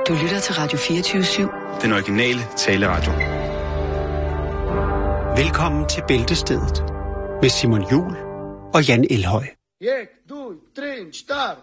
Du lytter til Radio 24/7. Den originale taleradio. Velkommen til Bæltestedet med Simon Juhl og Jan Elhøj. 1, 2, 3, start!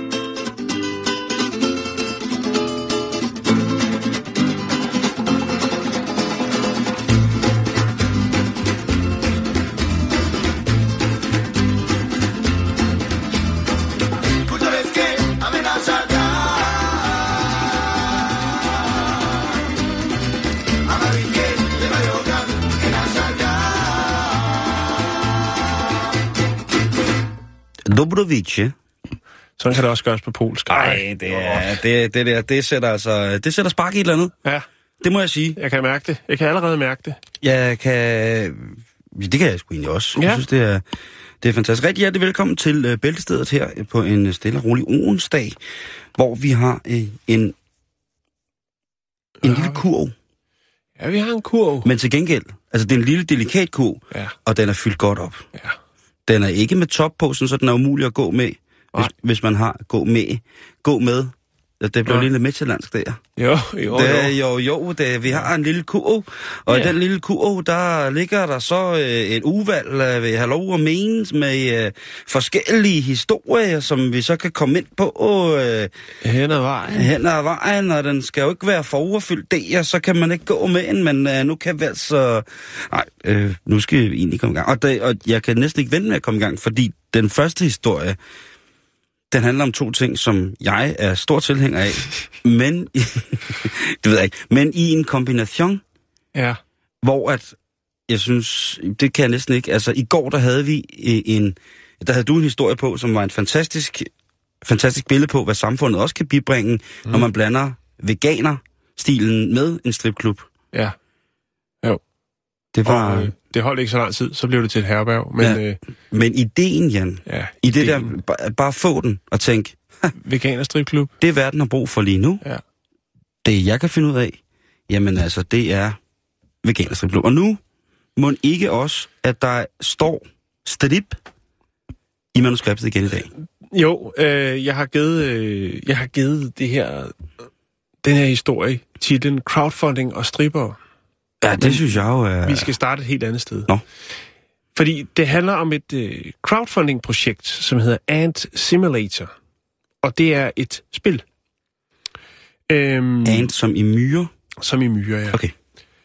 Dobrovice. Sådan kan det også gøres på polsk. Nej, det sætter spark i et eller andet. Ja. Det må jeg sige. Jeg kan mærke det. Jeg kan allerede mærke det. Det kan jeg sgu egentlig også. Ja. Jeg synes, det er fantastisk. Rigtig hjertelig velkommen til Bæltestedet her på en stille og rolig onsdag, hvor vi har en lille kurv. Ja, vi har en kurv. Men til gengæld, altså det er en lille delikat kurv, ja. Og den er fyldt godt op. Ja. Den er ikke med top på, så den er umulig at gå med, hvis man har gå med. Det blev lidt midtjyllandsk der. Jo. Vi har en lille kurv, og i den lille kurv, der ligger der så et uvalg af hallo og menes med forskellige historier, som vi så kan komme ind på hen ad vejen, og den skal jo ikke være for uerfyldt der, så kan man ikke gå med den, men nu kan vi altså... nu skal vi egentlig komme i gang. Og jeg kan næsten ikke vente med at komme i gang, fordi den første historie, den handler om to ting, som jeg er stor tilhænger af, men det ved jeg ikke, men i en kombination, hvor at jeg synes, det kan jeg næsten ikke. Altså i går der havde vi der havde du en historie på, som var en fantastisk billede på, hvad samfundet også kan bibringe, når man blander veganer-stilen med en stripklub. Ja. Jo. Det var... det holdt ikke så lang tid, så blev det til et herberg. Men, men ideen, Jan, det der, bare få den og tænk, veganer-stripklub. Det er verden har brug for lige nu. Ja. Det jeg kan finde ud af, jamen altså, det er veganer-stripklub. Og nu må ikke også, at der står strip i manuskriptet igen i dag. Jo, jeg har givet den her historie titlen Crowdfunding og stripper. Ja, det synes jeg jo er... Vi skal starte et helt andet sted. Nå. Fordi det handler om et crowdfunding-projekt, som hedder Ant Simulator. Og det er et spil. Ant som i myrer? Som i myrer, ja. Okay.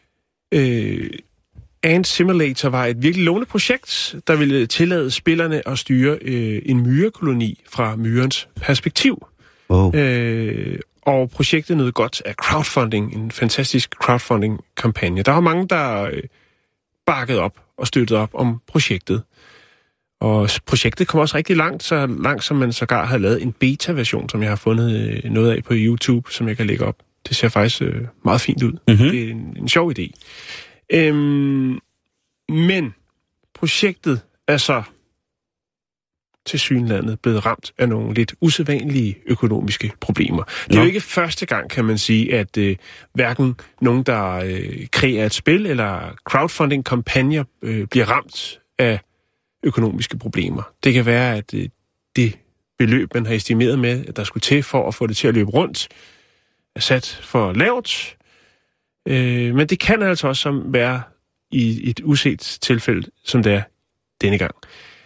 Ant Simulator var et virkelig lovende projekt, der ville tillade spillerne at styre en myrekoloni fra myrens perspektiv. Wow. Og projektet nød godt af crowdfunding, en fantastisk crowdfunding-kampagne. Der var mange, der bakkede op og støttede op om projektet. Og projektet kom også rigtig langt, så langt som man sågar havde lavet en beta-version, som jeg har fundet noget af på YouTube, som jeg kan lægge op. Det ser faktisk meget fint ud. Mm-hmm. Det er en sjov idé. Men projektet er så tilsyneladende blevet ramt af nogle lidt usædvanlige økonomiske problemer. Det er jo ikke første gang, kan man sige, at hverken nogen, der kreerer et spil eller crowdfunding-kampagner bliver ramt af økonomiske problemer. Det kan være, at det beløb, man har estimeret med, at der skulle til for at få det til at løbe rundt, er sat for lavt. Men det kan altså også være i et uset tilfælde, som det er denne gang.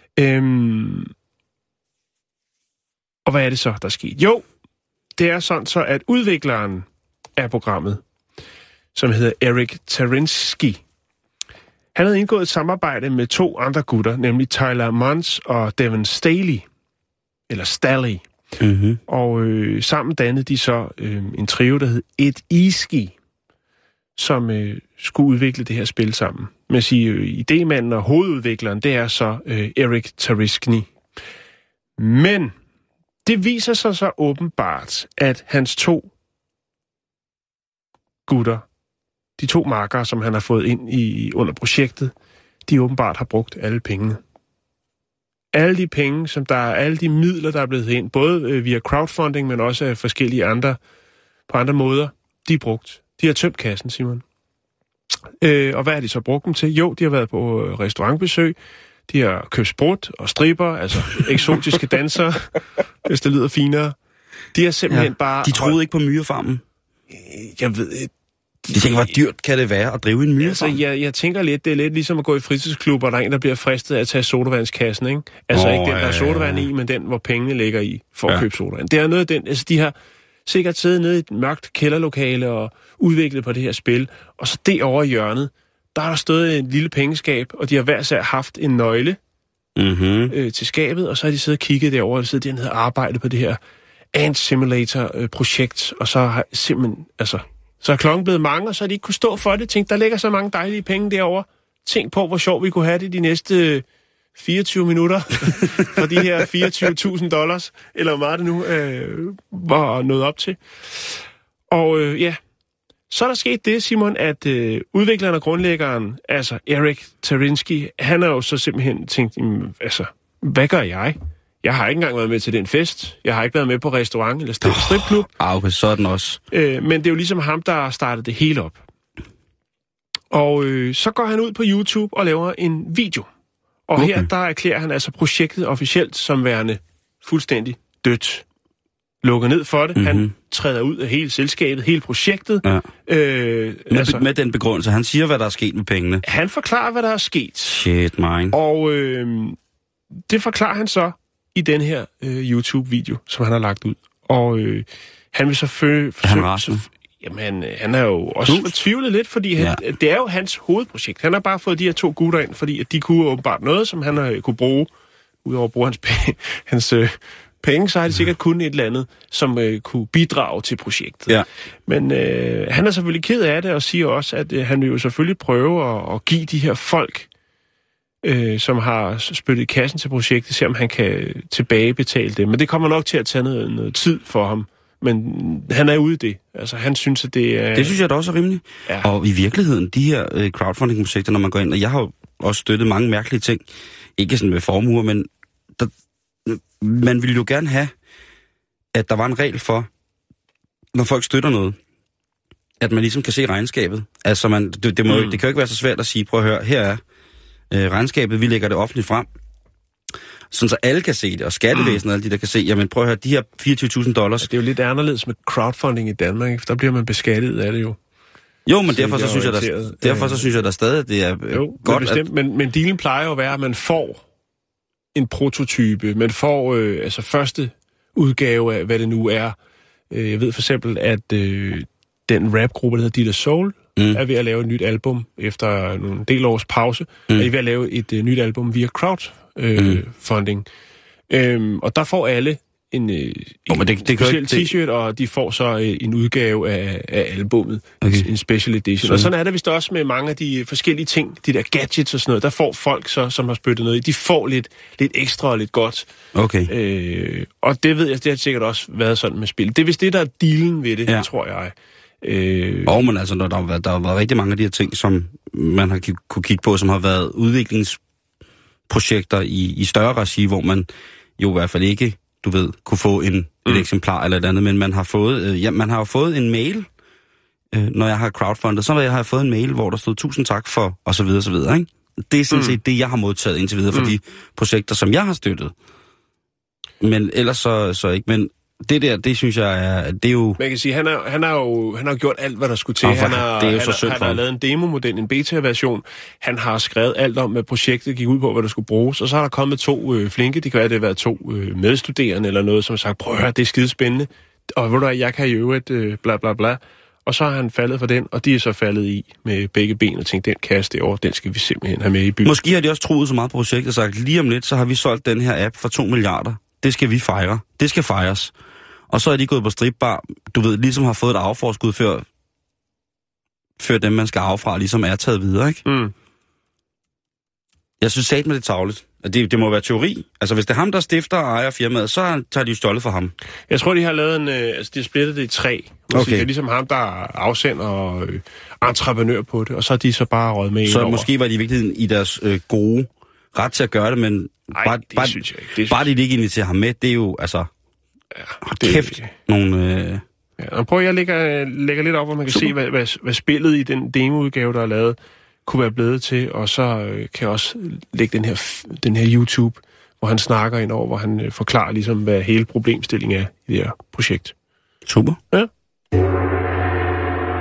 Og hvad er det så, der er sket? Jo, det er sådan så, at udvikleren af programmet, som hedder Erik Tarinsky, han havde indgået et samarbejde med to andre gutter, nemlig Tyler Mons og Devin Staley, eller Staley. Mm-hmm. Og sammen dannede de så en trio, der hed Ed Easky, som skulle udvikle det her spil sammen. Men idémanden og hovedudvikleren, det er så Erik Tarinsky. Men det viser sig så åbenbart, at hans to gutter, de to makkere, som han har fået ind under projektet, de åbenbart har brugt alle pengene. Alle de penge, alle de midler, der er blevet ind, både via crowdfunding, men også af forskellige på andre måder, de er brugt. De har tømt kassen, Simon. Og hvad har de så brugt dem til? Jo, de har været på restaurantbesøg, de har købt sprut og stripper, altså eksotiske dansere, hvis det lyder finere. De har simpelthen bare... De troede ikke på myrefarmen. jeg ved... De tænker, hvor dyrt kan det være at drive en myrefarm? Altså, jeg tænker lidt, det er lidt ligesom at gå i fritidsklub, og der er en, der bliver fristet af at tage sodavandskassen, ikke? Altså ikke den, der er sodavand i, men den, hvor pengene ligger i for at købe sodavand. Det er noget af den, altså de har sikkert siddet nede i et mørkt kælderlokale og udviklet på det her spil, og så derovre i hjørnet, der har der stået en lille pengeskab, og de har hver sær haft en nøgle til skabet, og så har de siddet og kigget derovre, og siddet dernede og arbejdet på det her Ant Simulator-projekt, og så har simpelthen, altså... Så er klokken blevet mange, og så har de ikke kunne stå for det. Tænk, der ligger så mange dejlige penge derovre. Tænk på, hvor sjovt vi kunne have det de næste 24 minutter for de her $24,000, eller hvor meget det nu var nået op til. Og så er der sket det, Simon, at udvikleren og grundlæggeren, altså Erik Tarinsky, han har jo så simpelthen tænkt, altså, hvad gør jeg? Jeg har ikke engang været med til den fest. Jeg har ikke været med på restaurant eller stripklub. Okay, sådan også. Men det er jo ligesom ham, der startede det hele op. Og så går han ud på YouTube og laver en video. Og her, der erklærer han altså projektet officielt som værende fuldstændig dødt. Lukker ned for det. Han træder ud af hele selskabet, hele projektet. Ja. Med den begrundelse. Han siger, hvad der er sket med pengene. Han forklarer, hvad der er sket. Shit, mine. Og det forklarer han så i den her YouTube-video, som han har lagt ud. Og han vil så Jamen, han er jo også fortvivlet lidt, fordi det er jo hans hovedprojekt. Han har bare fået de her 2 gutter ind, fordi at de kunne åbenbart noget, som han kunne bruge. Udover at bruge hans penge, så har de sikkert kun et eller andet, som kunne bidrage til projektet. Ja. Men han er selvfølgelig ked af det, og siger også, at han vil jo selvfølgelig prøve at give de her folk, som har spyttet i kassen til projektet, se om han kan tilbagebetale det. Men det kommer nok til at tage noget tid for ham. Men han er ude i det. Altså, han synes, at det er... Det synes jeg da også er rimeligt. Ja. Og i virkeligheden, de her crowdfunding-projekter, når man går ind, og jeg har jo også støttet mange mærkelige ting, ikke sådan med formuer, men man ville jo gerne have, at der var en regel for, når folk støtter noget, at man ligesom kan se regnskabet. Altså, det kan jo ikke være så svært at sige, prøv at høre, her er regnskabet, vi lægger det offentligt frem, sådan så alle kan se det, og skattevæsenet og alle de, der kan se, jamen prøv at høre, de her $24,000... Det er jo lidt anderledes med crowdfunding i Danmark, ikke? For der bliver man beskattet af det jo. Jo, men derfor så synes jeg da stadig, at det er godt. Bestemt, men dealen plejer jo at være, at man får en prototype, man får altså første udgave af, hvad det nu er. Jeg ved for eksempel, at den rapgruppe, der hedder Dilla Soul, er ved at lave et nyt album efter nogle del års pause. Er de ved at lave et nyt album via crowdfunding. Og der får alle en speciel t-shirt, og de får så en udgave af albummet, en special edition. Og sådan er det vist også med mange af de forskellige ting, de der gadgets og sådan noget, der får folk så, som har spyttet noget i, de får lidt ekstra og lidt godt. Okay. Og det ved jeg, det har sikkert også været sådan med spil. Det er vist det, der er dealen ved det, tror jeg. Men altså, der har været rigtig mange af de her ting, som man har kunne kigge på, som har været udviklingsprojekter i større regi, hvor man jo i hvert fald ikke, du ved, kunne få et eksemplar eller et andet, men man har fået, man har jo fået en mail, når jeg har crowdfundet, så har jeg fået en mail, hvor der stod 1000 tak for, og så videre, ikke? Det er sådan set det, jeg har modtaget indtil videre for de projekter, som jeg har støttet. Men ellers så ikke, men det der, det synes jeg er, det er jo... Man kan sige, han har gjort alt, hvad der skulle til. Han har lavet en demomodel, en beta-version. Han har skrevet alt om, hvad projektet gik ud på, hvad der skulle bruges. Og så har der kommet 2 flinke, det kan være, det har været 2 medstuderende eller noget, som har sagt, prøv at høre, det er skidespændende. Og ved du hvad, jeg kan jo et bla bla bla. Og så har han faldet for den, og de er så faldet i med begge ben og tænkt, den kasse derovre, den skal vi simpelthen have med i byen. Måske har de også troet så meget på projektet og sagt, lige om lidt, så har vi solgt den her app for 2 milliarder. Det skal vi fejre. Det skal fejres. Og så er de gået på stripbar, du ved, ligesom har fået et afforskud før dem, man skal affra, ligesom er taget videre, ikke? Jeg synes satme det er tarveligt. Det må være teori. Altså, hvis det er ham, der stifter og ejer firmaet, så tager de jo stjålet for ham. Jeg tror, de har lavet de har splittet det i 3. Okay. Det er ligesom ham, der er afsender og entreprenør på det, og så er de så bare røget med så måske var de i virkeligheden i deres gode ret til at gøre det, men det synes jeg ikke. Bare de ikke inviterer ham med, det er jo, altså... kæft, nogle... Ja, og prøv, jeg lægger lidt op, hvor man kan se, hvad spillet i den demoudgave, der er lavet, kunne være blevet til, og så kan jeg også lægge den her YouTube, hvor han snakker ind over, hvor han forklarer ligesom, hvad hele problemstillingen er i det her projekt. Super. Ja.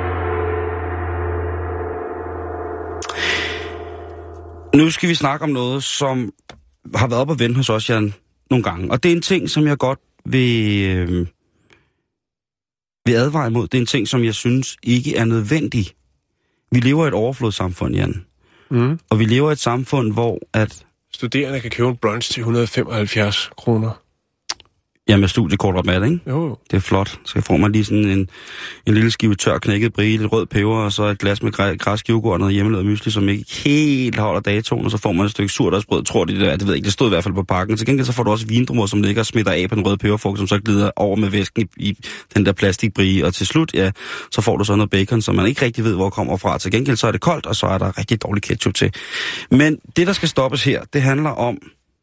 Nu skal vi snakke om noget, som har været op og vende hos os, Jan, nogle gange. Og det er en ting, som jeg godt vil advare imod. Det er en ting, som jeg synes ikke er nødvendig. Vi lever i et overflodssamfund, Jan. Mm. Og vi lever i et samfund, hvor at... Studerende kan købe en brunch til 175 kroner. Ja, med studiekort op med det, ikke? Jo. Det er flot. Så får man lige sådan en lille skive tør knækket brie, lidt rød peber, og så et glas med græsk yoghurt og noget hjemmelavet mysli, som ikke helt holder datoen, og så får man et stykke surdagsbrød, tror de det ved jeg ikke, det stod i hvert fald på pakken. Til gengæld så får du også vindruer, som ligger og smitter af på den røde peberfrugt, som så glider over med væsken i den der plastikbrie, og til slut, ja, så får du så noget bacon, som man ikke rigtig ved, hvor kommer fra. Til gengæld så er det koldt, og så er der rigtig dårlig ketchup til. Men det, der skal stoppes her, det handler om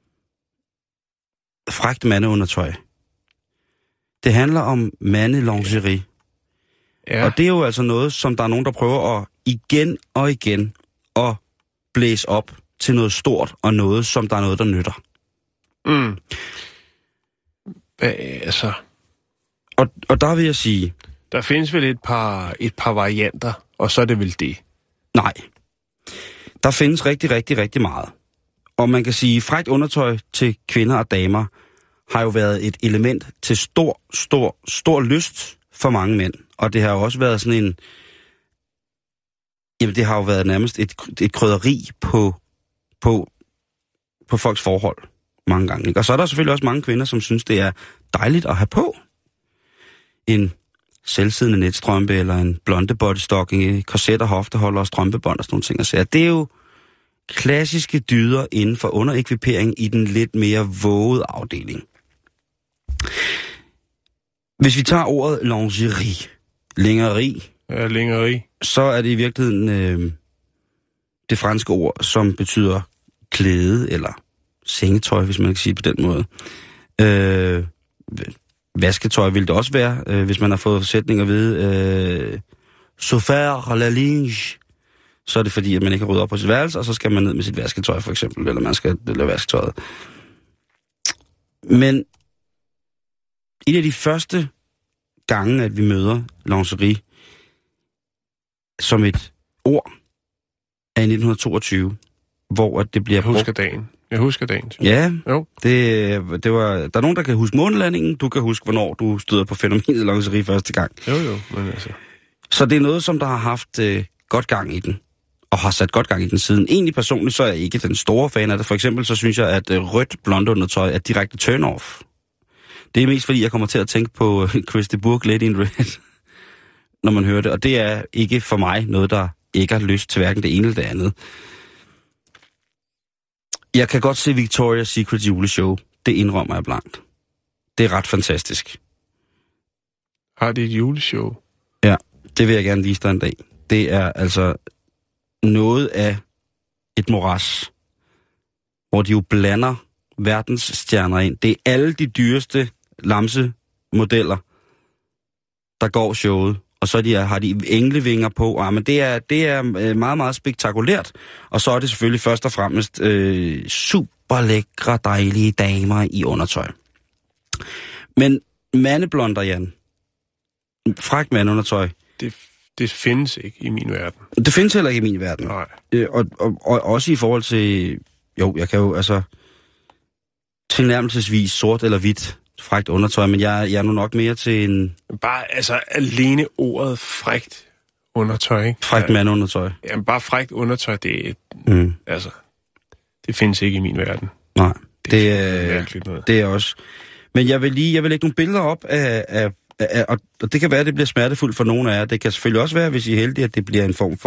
frækt mandeundertøj. Det handler om mandelingerie. Ja. Og det er jo altså noget, som der er nogen, der prøver at igen og igen at blæse op til noget stort, og noget, som der er noget, der nytter. Mm. Altså... Og der vil jeg sige... Der findes vel et par varianter, og så er det vel det? Nej. Der findes rigtig, rigtig, rigtig meget. Og man kan sige, frækt undertøj til kvinder og damer har jo været et element til stor lyst for mange mænd. Og det har jo også været sådan en... Jamen, det har jo været nærmest et krydderi på folks forhold mange gange. Ikke? Og så er der selvfølgelig også mange kvinder, som synes, det er dejligt at have på. En selvsiddende netstrømpe, eller en blonde bodystocking, korsetter, hofteholder og strømpebånd og sådan nogle ting. Og så det er jo klassiske dyder inden for underekvipering i den lidt mere vågede afdeling. Hvis vi tager ordet lingerie, så er det i virkeligheden det franske ord, som betyder klæde eller sengetøj, hvis man kan sige på den måde. Vasketøj vil det også være, hvis man har fået sætninger ved faire la linge, så er det fordi, at man ikke har ryddet op på sit værelse, og så skal man ned med sit vasketøj for eksempel, eller man skal lave vasketøjet. Men en af de første gange, at vi møder lingerie som et ord, er i 1922, hvor det bliver brugt. Jeg husker dagen. Ja, jo. Det var, der er nogen, der kan huske månelandingen. Du kan huske, hvornår du støder på fænomenet lingerie første gang. Jo, men altså... Så det er noget, som der har haft godt gang i den, og har sat godt gang i den siden. Egentlig personligt, så er jeg ikke den store fan af det. For eksempel, så synes jeg, at rødt blondeundertøj er direkte turn-off. Det er mest fordi, jeg kommer til at tænke på Christy Burke, Lady in Red, når man hører det. Og det er ikke for mig noget, der ikke har lyst til hverken det ene eller det andet. Jeg kan godt se Victoria's Secret juleshow. Det indrømmer jeg blankt. Det er ret fantastisk. Har de et juleshow? Ja, det vil jeg gerne vise dig en dag. Det er altså noget af et moras, hvor de jo blander verdensstjerner ind. Det er alle de dyreste lamsemodeller, der går showet. Og så har de englevinger på. Men det er meget, meget spektakulært. Og så er det selvfølgelig først og fremmest super lækre, dejlige damer i undertøj. Men mandeblonder, Jan. Frækt mandeundertøj. Det findes ikke i min verden. Det findes heller ikke i min verden. Nej. Og også i forhold til... Jo, jeg kan jo altså... tilnærmelsesvis sort eller hvidt frækt undertøj, men jeg er nu nok mere til en... Bare altså alene ordet frækt undertøj, ikke? Frækt mandundertøj. Jamen bare frækt undertøj, det altså... Det findes ikke i min verden. Nej, det er det er også... Men jeg vil lægge nogle billeder op af og det kan være, at det bliver smertefuldt for nogle af jer. Det kan selvfølgelig også være, hvis I er heldige, at det bliver en form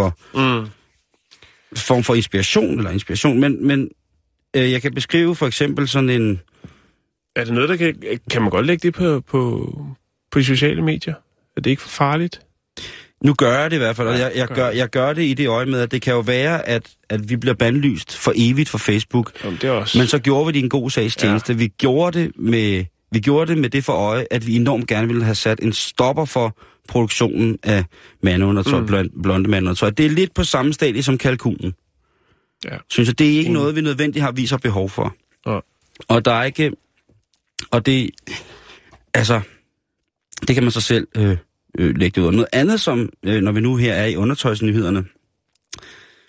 for inspiration, men jeg kan beskrive for eksempel sådan en... Er det noget, der kan man godt lægge det på de sociale medier? Er det ikke for farligt? Nu gør jeg det i hvert fald, og jeg gør det i det øje med, at det kan jo være, at vi bliver bandlyst for evigt for Facebook. Jamen, det også. Men så gjorde vi det en god sags tjeneste. Ja. Vi gjorde det med det for øje, at vi enormt gerne ville have sat en stopper for produktionen af mandeundertøj, blonde mandeundertøj. Det er lidt på samme stadie som kalkunen. Ja. Synes jeg, det er ikke noget, vi nødvendigt har vist behov for. Ja. Og der er ikke... Og det... Altså... Det kan man så selv lægge det ud. Noget andet, som, når vi nu her er i undertøjsnyhederne,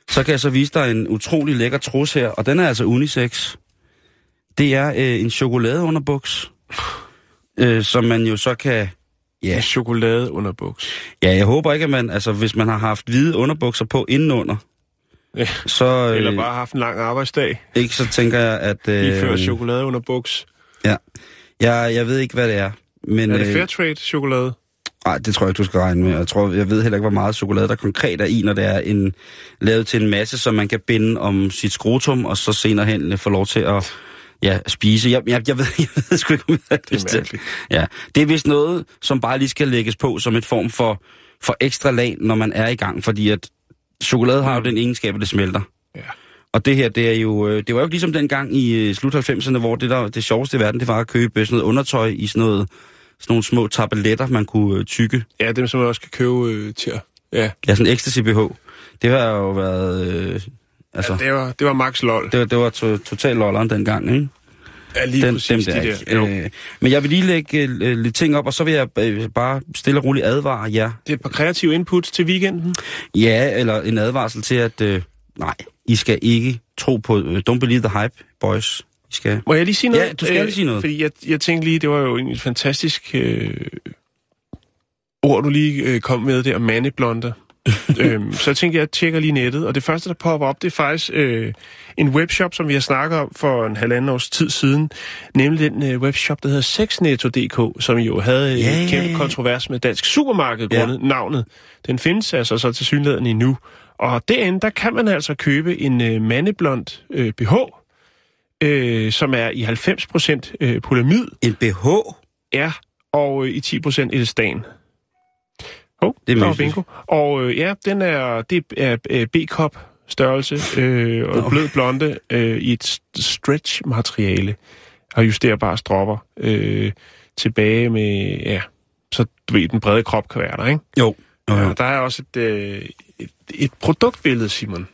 så kan jeg så vise dig en utrolig lækker trus her, og den er altså unisex. Det er en chokoladeunderbuks, som man jo så kan... Ja. En chokoladeunderbuks. Ja, jeg håber ikke, at man... Altså, hvis man har haft hvide underbukser på indenunder, ja. Så... Eller bare haft en lang arbejdsdag. Ikke, så tænker jeg, at... I fører chokoladeunderbuks. Ja. Jeg ved ikke, hvad det er. Men, er det Fairtrade-chokolade? Nej, det tror jeg ikke, du skal regne med. Jeg ved heller ikke, hvor meget chokolade der konkret er i, når det er lavet til en masse, som man kan binde om sit skrotum, og så senere hen få lov til at spise. Jeg ved sgu ikke, om jeg har lyst til. Ja, det er vist noget, som bare lige skal lægges på som et form for ekstra lag, når man er i gang, fordi at chokolade har jo den egenskab, at det smelter. Ja. Og det her, det var jo ikke ligesom dengang i slut 90'erne, hvor det sjoveste i verden, det var at købe sådan noget undertøj i sådan nogle små tabletter, man kunne tykke. Ja, dem som man også kan købe til. Ja, sådan en ecstasy-BH. Det har jo været... ja, det var max lol. Det var total lolleren dengang, ikke? Ja, lige præcis der. Men jeg vil lige lægge lidt ting op, og så vil jeg bare stille og roligt advare jer. Det er et par kreative inputs til weekenden? Ja, eller en advarsel til, at nej, I skal ikke tro på... Don't believe the hype, boys. I skal... Må jeg lige sige noget? Ja, du skal lige sige noget. Fordi jeg tænkte lige, det var jo en fantastisk ord, du lige kom med der, mandeblonder. Så jeg tænkte, jeg tjekker lige nettet, og det første, der popper op, det er faktisk en webshop, som vi har snakket om for en halvanden års tid siden, nemlig den webshop, der hedder Sexnetto.dk, som jo havde en kæmpe kontrovers med Dansk Supermarked grundet navnet. Den findes altså så tilsyneladende endnu. Og derinde, der kan man altså købe en mandeblond BH, som er i 90% polyamid. En BH? Ja, og i 10% elastan. Det er bingo. Og det er B-cup størrelse og blød blonde i et stretch-materiale og justerbare stropper tilbage med, så du ved, den brede krop kan være der, ikke? Jo. Ja, der er også et produktbillede, Simon.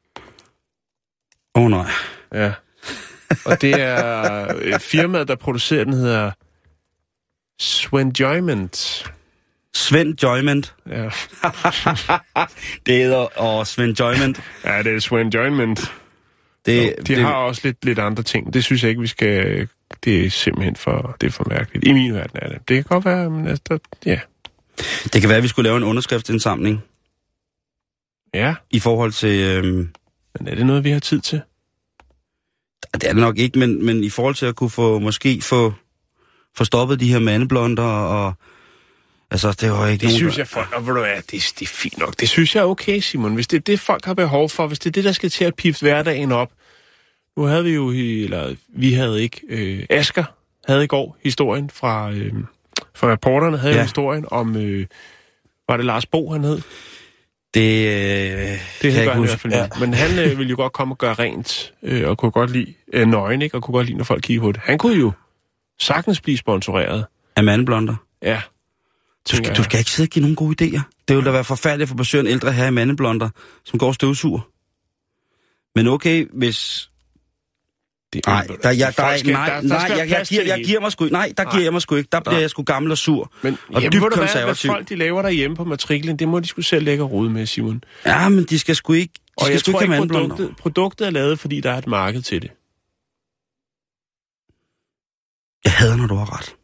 Nej. Ja. Og det er firmaet, der producerer den, hedder Svenjoyment. Svenjoyment. Ja. Det hedder Svenjoyment. Ja, det er Svenjoyment. De har også lidt andre ting. Det synes jeg ikke, vi skal... Det er simpelthen for mærkeligt. I min verden er det. Det kan godt være, men altså, ja. Det kan være, at vi skulle lave en underskriftsindsamling. Ja. I forhold til... Men er det noget, vi har tid til? Det er det nok ikke, men i forhold til at kunne få stoppet de her mandeblonder og... Altså, det var ikke det nogen, synes jeg, folk... Og ved du hvad, det er fint nok. Det synes jeg er okay, Simon. Hvis det er det, folk har behov for, hvis det er det, der skal til at pifte hverdagen op. Nu havde vi jo... vi havde ikke... Asger havde i går historien fra reporterne, havde historien om... var det Lars Bo, han hed? Det kan han i hvert fald. Ja. Men han ville jo godt komme og gøre rent, og kunne godt lide nøgen, ikke? Og kunne godt lide, når folk kigger på det. Han kunne jo sagtens blive sponsoreret. Af mandeblonder? Ja. Du skal ikke sidde og give nogle gode idéer. Det ville da være forfærdeligt for at besøge en ældre herre i mandeblonder, som går støvsuger. Men okay, hvis... Nej, jeg giver mig sgu ikke. Nej, der giver jeg mig sgu ikke. Der bliver jeg sgu gammel og sur. Men og dybt konservativ. Hvad folk de laver derhjemme på matriklen, det må de sgu selv lægge og rode med, Simon. Ja, men de skal sgu ikke... Og jeg tror ikke, produktet er lavet, fordi der er et marked til det. Jeg hader, når du har ret.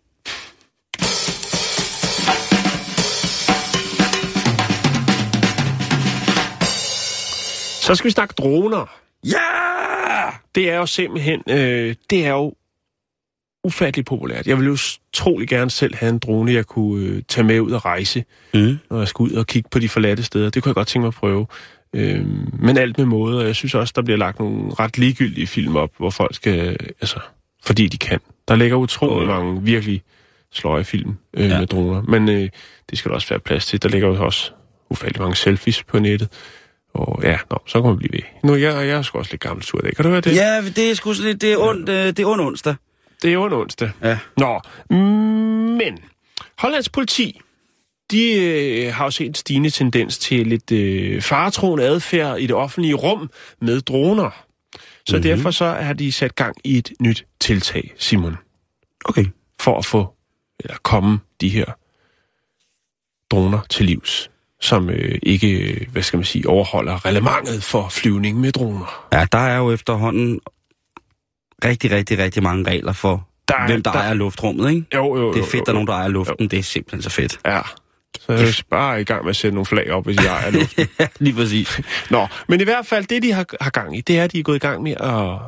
Så skal vi snakke droner. Ja! Det er jo simpelthen, det er jo ufatteligt populært. Jeg vil jo trolig gerne selv have en drone, jeg kunne tage med ud og rejse, når jeg skal ud og kigge på de forladte steder. Det kunne jeg godt tænke mig at prøve. Men alt med måde, og jeg synes også, der bliver lagt nogle ret ligegyldige film op, hvor folk skal, altså, fordi de kan. Der ligger utrolig mange virkelig sløje film med droner, men det skal der også være plads til. Der ligger jo også ufatteligt mange selfies på nettet. Og så kan man blive ved. Nu jeg er sgu også lidt gammel sur i dag. Kan du høre det? Ja, det er sgu sådan lidt, det er ond onsdag. Det er ond onsdag. Ja. Nå, men Hollands politi, de har jo set en stigende tendens til lidt faretroende adfærd i det offentlige rum med droner. Så derfor så har de sat gang i et nyt tiltag, Simon. Okay. For at komme de her droner til livs. som ikke, overholder reglementet for flyvning med droner. Ja, der er jo efterhånden rigtig mange regler for, hvem der ejer luftrummet, ikke? Jo. Det er fedt, der er nogen, der ejer luften. Det er simpelthen så fedt. Ja. Så jeg er bare i gang med at sætte nogle flag op, hvis jeg ejer luften. Ja, lige præcis. Nå, men i hvert fald, det de har gang i, det er, at de er gået i gang med at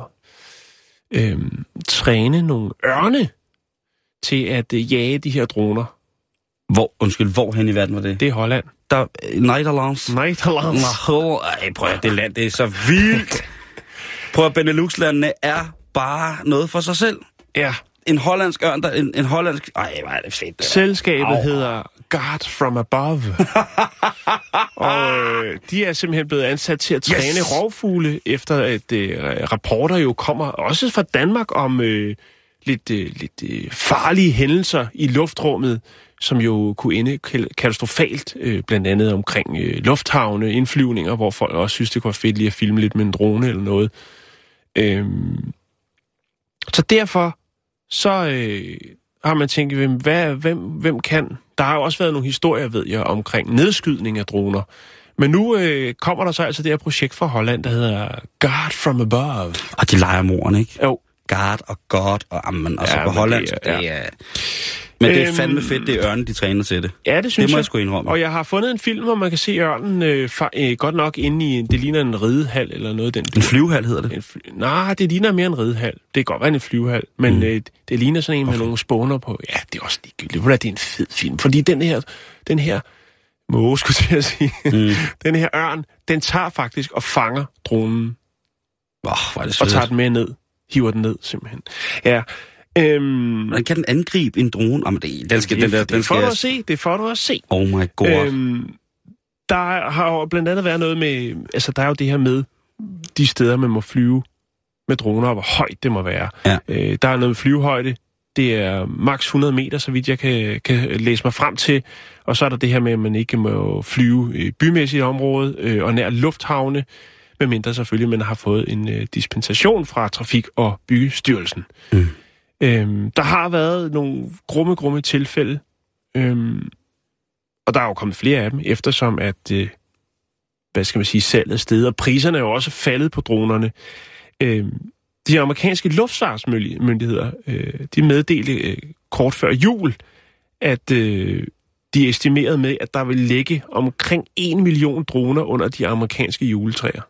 træne nogle ørne til at jage de her droner. Hvor hen i verden var det? Det er Holland. Nederlands. Prøv at det land, det er så vildt. Prøv at Benelux-landene er bare noget for sig selv. Ja. En hollandsk ørn, en hollandsk... Ej, hvor er det fedt. Selskabet hedder Guard from Above. Og de er simpelthen blevet ansat til at træne rovfugle, efter at rapporter jo kommer, også fra Danmark, om lidt farlige hændelser i luftrummet, som jo kunne ende katastrofalt, blandt andet omkring lufthavne, indflyvninger, hvor folk også synes, det kunne være fedt lige at filme lidt med en drone eller noget. Så derfor så har man tænkt, hvem kan? Der har jo også været nogle historier, ved jeg, omkring nedskydning af droner. Men nu kommer der så altså det her projekt fra Holland, der hedder Guard from Above. Og de leger moren, ikke? Jo. Guard og God og ammen, og så på Holland. Men det er fandme fedt, det er ørnen, de træner til det. Ja, det synes jeg. Det må jeg sgu indrømme. Og jeg har fundet en film, hvor man kan se ørnen godt nok inde i, det ligner en ridehal eller noget. En flyvehal hedder det? Nej, det ligner mere en ridehal. Det kan godt være en flyvehal, men det ligner sådan en med nogle spåner på. Ja, det er også ligegyldigt. Det er en fed film, fordi den her måge, skulle jeg sige, den her ørn, den tager faktisk og fanger dronen. Hvor er det og tager den med ned. Hiver den ned, simpelthen. Ja. Hvordan kan den angribe en drone? Jamen, det får du at se. Oh my god. Der har jo blandt andet været noget med... Altså, der er jo det her med de steder, man må flyve med droner, og hvor højt det må være. Ja. Der er noget med flyvehøjde. Det er maks 100 meter, så vidt jeg kan læse mig frem til. Og så er der det her med, at man ikke må flyve i bymæssigt område og nær lufthavne, medmindre selvfølgelig man har fået en dispensation fra Trafik- og Byggestyrelsen. Der har været nogle grumme tilfælde, og der er jo kommet flere af dem, eftersom at, salget sted, og priserne er jo også faldet på dronerne. De amerikanske luftfartsmyndigheder, de meddelte kort før jul, at de estimerede med, at der vil ligge omkring 1 million droner under de amerikanske juletræer.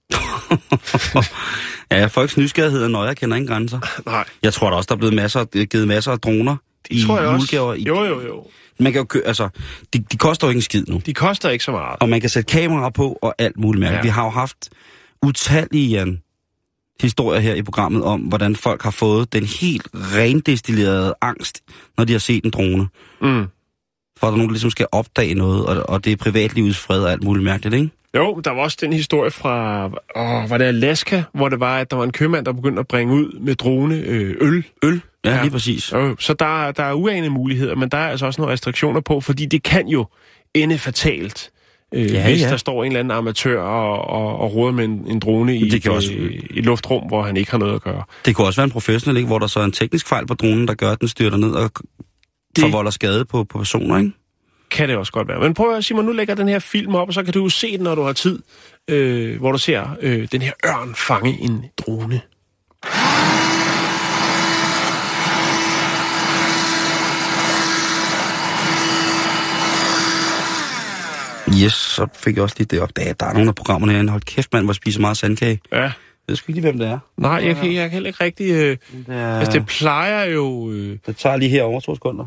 Ja, folks nysgerrighed og nøje kender ingen grænser. Nej. Jeg tror da også, der er blevet givet masser af droner i julegaver. Jo. Man kan jo de koster jo ikke en skid nu. De koster ikke så meget. Og man kan sætte kameraer på og alt muligt mærke. Ja. Vi har jo haft utallige historier her i programmet om, hvordan folk har fået den helt rendestillerede angst, når de har set en drone. For at der nogen, der ligesom skal opdage noget, og det er privatlivets fred og alt muligt mærkeligt, ikke? Jo, der var også den historie fra, var det Alaska, hvor det var, at der var en købmand, der begyndte at bringe ud med drone øl. Ja, lige præcis. Så der er uanede muligheder, men der er altså også nogle restriktioner på, fordi det kan jo ende fatalt, hvis der står en eller anden amatør og roder med en drone i et luftrum, hvor han ikke har noget at gøre. Det kunne også være en professionel, ikke? Hvor der så er en teknisk fejl på dronen, der gør, at den styrter ned og forvolder skade på personer, ikke? Kan det også godt være. Men prøv at Simon, nu lægger den her film op, og så kan du jo se den, når du har tid, hvor du ser den her ørn fange en drone. Yes, så fik jeg også lige det op. Der er nogle af programmerne herinde. Hold kæft, mand, hvor spiser meget sandkage. Ja. Jeg ved sgu ikke lige, hvem det er. Nej, jeg kan heller ikke rigtig... Altså, det plejer jo... Det tager lige her over 2 sekunder.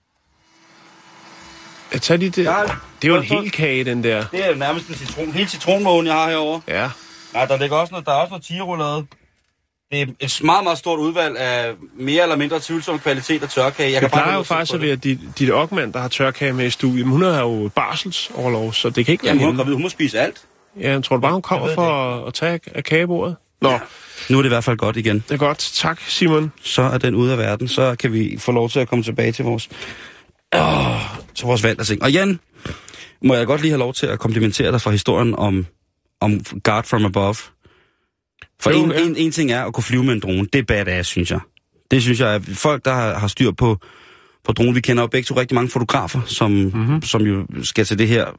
Jeg tager lige det. Ja, det er jo en hel kage, den der. Det er jo nærmest en helt citronmåne, jeg har herovre. Ja. Nej, der er også noget tigerroulade. Det er et meget, meget stort udvalg af mere eller mindre tvivlsom kvalitet af tørkage. Det plejer jo faktisk at være dit Ockmann, der har tørkage med i studiet. Men hun har jo barselsoverlov, så det kan ikke være hende. Hun må spise alt. Ja, jeg tror bare, hun kommer for at tage af kagebordet. Nå. Ja. Nu er det i hvert fald godt igen. Det er godt. Tak, Simon. Så er den ude af verden. Så kan vi få lov til at komme tilbage til vores valgting. Og Jan, må jeg godt lige have lov til at komplimentere dig for historien om Guard from Above. For en ting er at kunne flyve med en drone. Det er badass, synes jeg. Det synes jeg, at folk, der har styr på drone, vi kender jo begge to rigtig mange fotografer, som jo skal til det her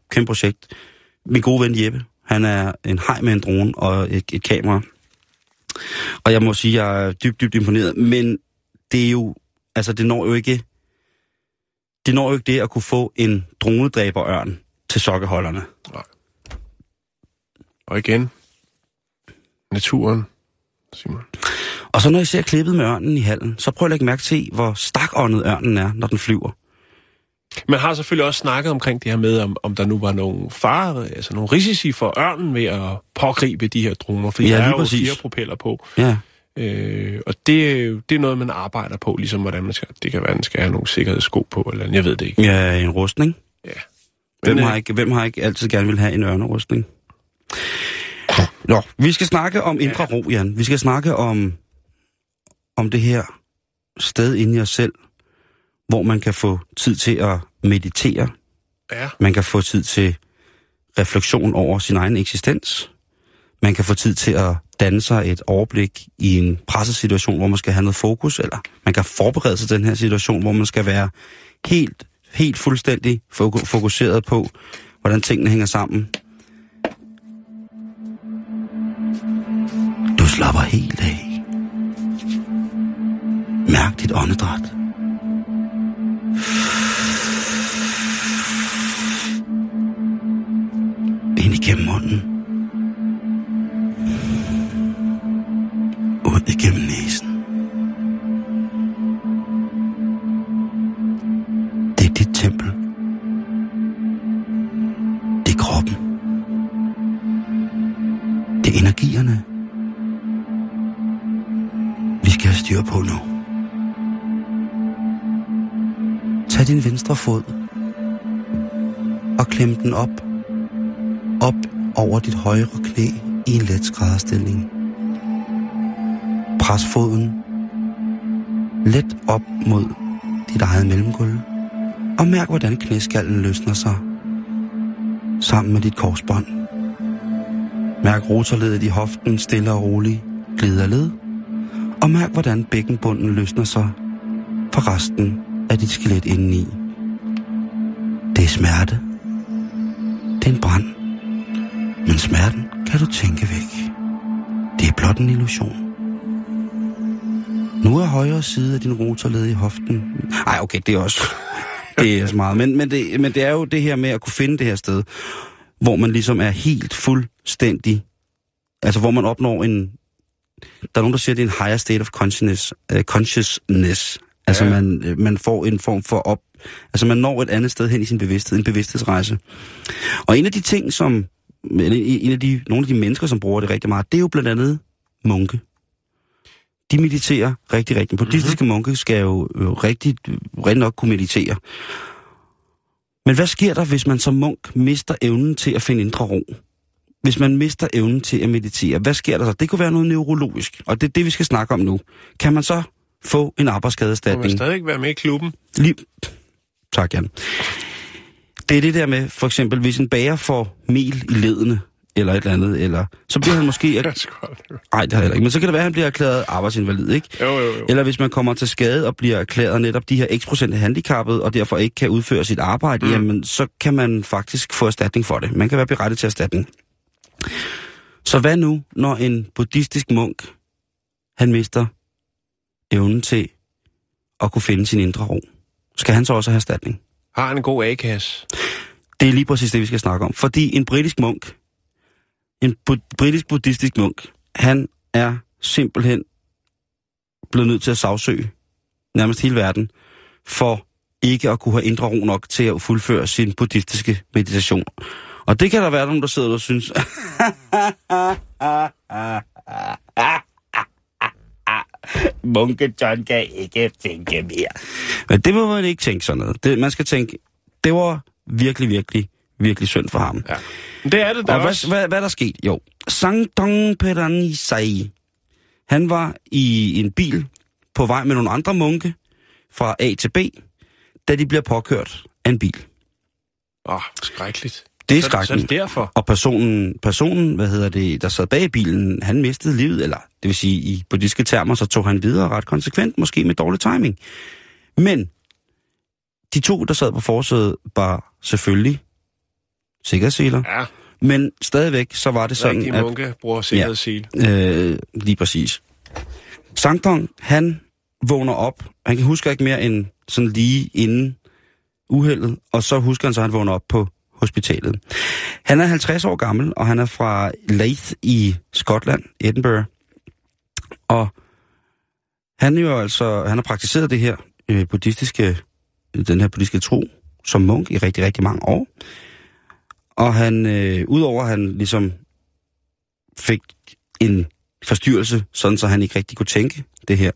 kæmpe projekt. Min gode ven Jeppe, han er en haj med en drone og et kamera. Og jeg må sige, at jeg er dybt imponeret. Men det er jo, altså det når jo ikke det at kunne få en dronedræberørn til sokkeholderne. Nej. Og igen, naturen, Simon. Og så når I ser klippet med ørnen i hallen, så prøv at lægge mærke til, hvor stakåndet ørnen er, når den flyver. Man har selvfølgelig også snakket omkring det her med, om der nu var nogle farer, altså nogle risici for ørnen ved at pågribe de her droner, fordi der er jo 4 propeller på. Ja. Og det er noget, man arbejder på, ligesom hvordan man skal. Det kan være, at man skal have nogle sikkerhedssko på, eller jeg ved det ikke. Ja, en rustning. Ja. Hvem har ikke altid gerne vil have en ørnerustning? Nå, vi skal snakke om indre ro, Jan. Vi skal snakke om det her sted inde i os selv, hvor man kan få tid til at meditere. Ja. Man kan få tid til refleksion over sin egen eksistens. Man kan få tid til at danne sig et overblik i en pressesituation, hvor man skal have noget fokus, eller man kan forberede sig til den her situation, hvor man skal være helt fuldstændig fokuseret på, hvordan tingene hænger sammen. Du slapper helt af. Mærk dit åndedræt. Ind igennem munden. Ud igennem næsen. Det er dit tempel. Det er kroppen. Det er energierne. Vi skal have styr på nu. Tag din venstre fod og klem den op over dit højre knæ i en let skrædderstilling. Pres foden let op mod dit eget mellemgulv og mærk, hvordan knæskallen løsner sig sammen med dit korsbånd. Mærk rotorledet i hoften stille og roligt glider led, og mærk, hvordan bækkenbunden løsner sig fra resten af dit skelet indeni. Det er smerte. Det er en brand. Men smerten kan du tænke væk. Det er blot en illusion. Nu er højre side af din rotorled i hoften. Ej, okay, det er også... Det er så meget. Men det er jo det her med at kunne finde det her sted, hvor man ligesom er helt fuldstændig... Altså, hvor man opnår en... Der er nogen, der siger, at det er en higher state of consciousness. Altså, man får en form for Altså, man når et andet sted hen i sin bevidsthed, en bevidsthedsrejse. Og en af de ting, som... Nogle af de mennesker, som bruger det rigtig meget, det er jo blandt andet munke. De mediterer rigtig. Buddhistiske munke skal jo rigtig nok kunne meditere. Men hvad sker der, hvis man som munk mister evnen til at finde indre ro? Hvis man mister evnen til at meditere, hvad sker der så? Det kunne være noget neurologisk, og det er det, vi skal snakke om nu. Kan man så få en arbejdsskadeerstatning? Må man stadig være med i klubben? Tak, Jan. Det er det der med, for eksempel, hvis en bager får mel i ledene, eller et eller andet, eller så bliver han måske... Nej, det har jeg ikke, men så kan det være, at han bliver erklæret arbejdsinvalid, ikke? Jo. Eller hvis man kommer til skade og bliver erklæret netop de her x% handicappet, og derfor ikke kan udføre sit arbejde, jamen så kan man faktisk få erstatning for det. Man kan være berettiget til erstatning. Så hvad nu, når en buddhistisk munk, han mister evnen til at kunne finde sin indre ro? Skal han så også have erstatning? Har han en god A-kasse? Det er lige præcis det, vi skal snakke om. Fordi en britisk munk, en britisk buddhistisk munk, han er simpelthen blevet nødt til at sagsøge nærmest hele verden, for ikke at kunne have indre ro nok til at fuldføre sin buddhistiske meditation. Og det kan der være nogen, der sidder og synes... Munke John kan ikke tænke mere. Men det må man ikke tænke sådan noget. Man skal tænke, det var virkelig synd for ham. Ja. Det er det da også. Hvad er der sket? Jo. Sangdong Peranisai. Han var i en bil på vej med nogle andre munke fra A til B, da de bliver påkørt af en bil. Skrækkeligt. Det er skrækkeligt. Så er det derfor. Og personen, der sad bag i bilen, han mistede livet, eller det vil sige i buddhistiske termer, så tog han videre ret konsekvent, måske med dårlig timing. Men de to, der sad på forsædet, var selvfølgelig sikkerhedsseler. Ja. Men stadigvæk, så var det sådan, Rigtig at... munke bruger sikkerhedssele. Lige præcis. Sangdong, han vågner op. Han kan huske ikke mere end sådan lige inden uheldet, og så husker han så, at han vågner op på hospitalet. Han er 50 år gammel, og han er fra Leith i Skotland, Edinburgh. Og han har praktiseret det her den her buddhistiske tro som munk i rigtig, rigtig mange år. Og han, udover at han ligesom fik en forstyrrelse, sådan så han ikke rigtig kunne tænke det her,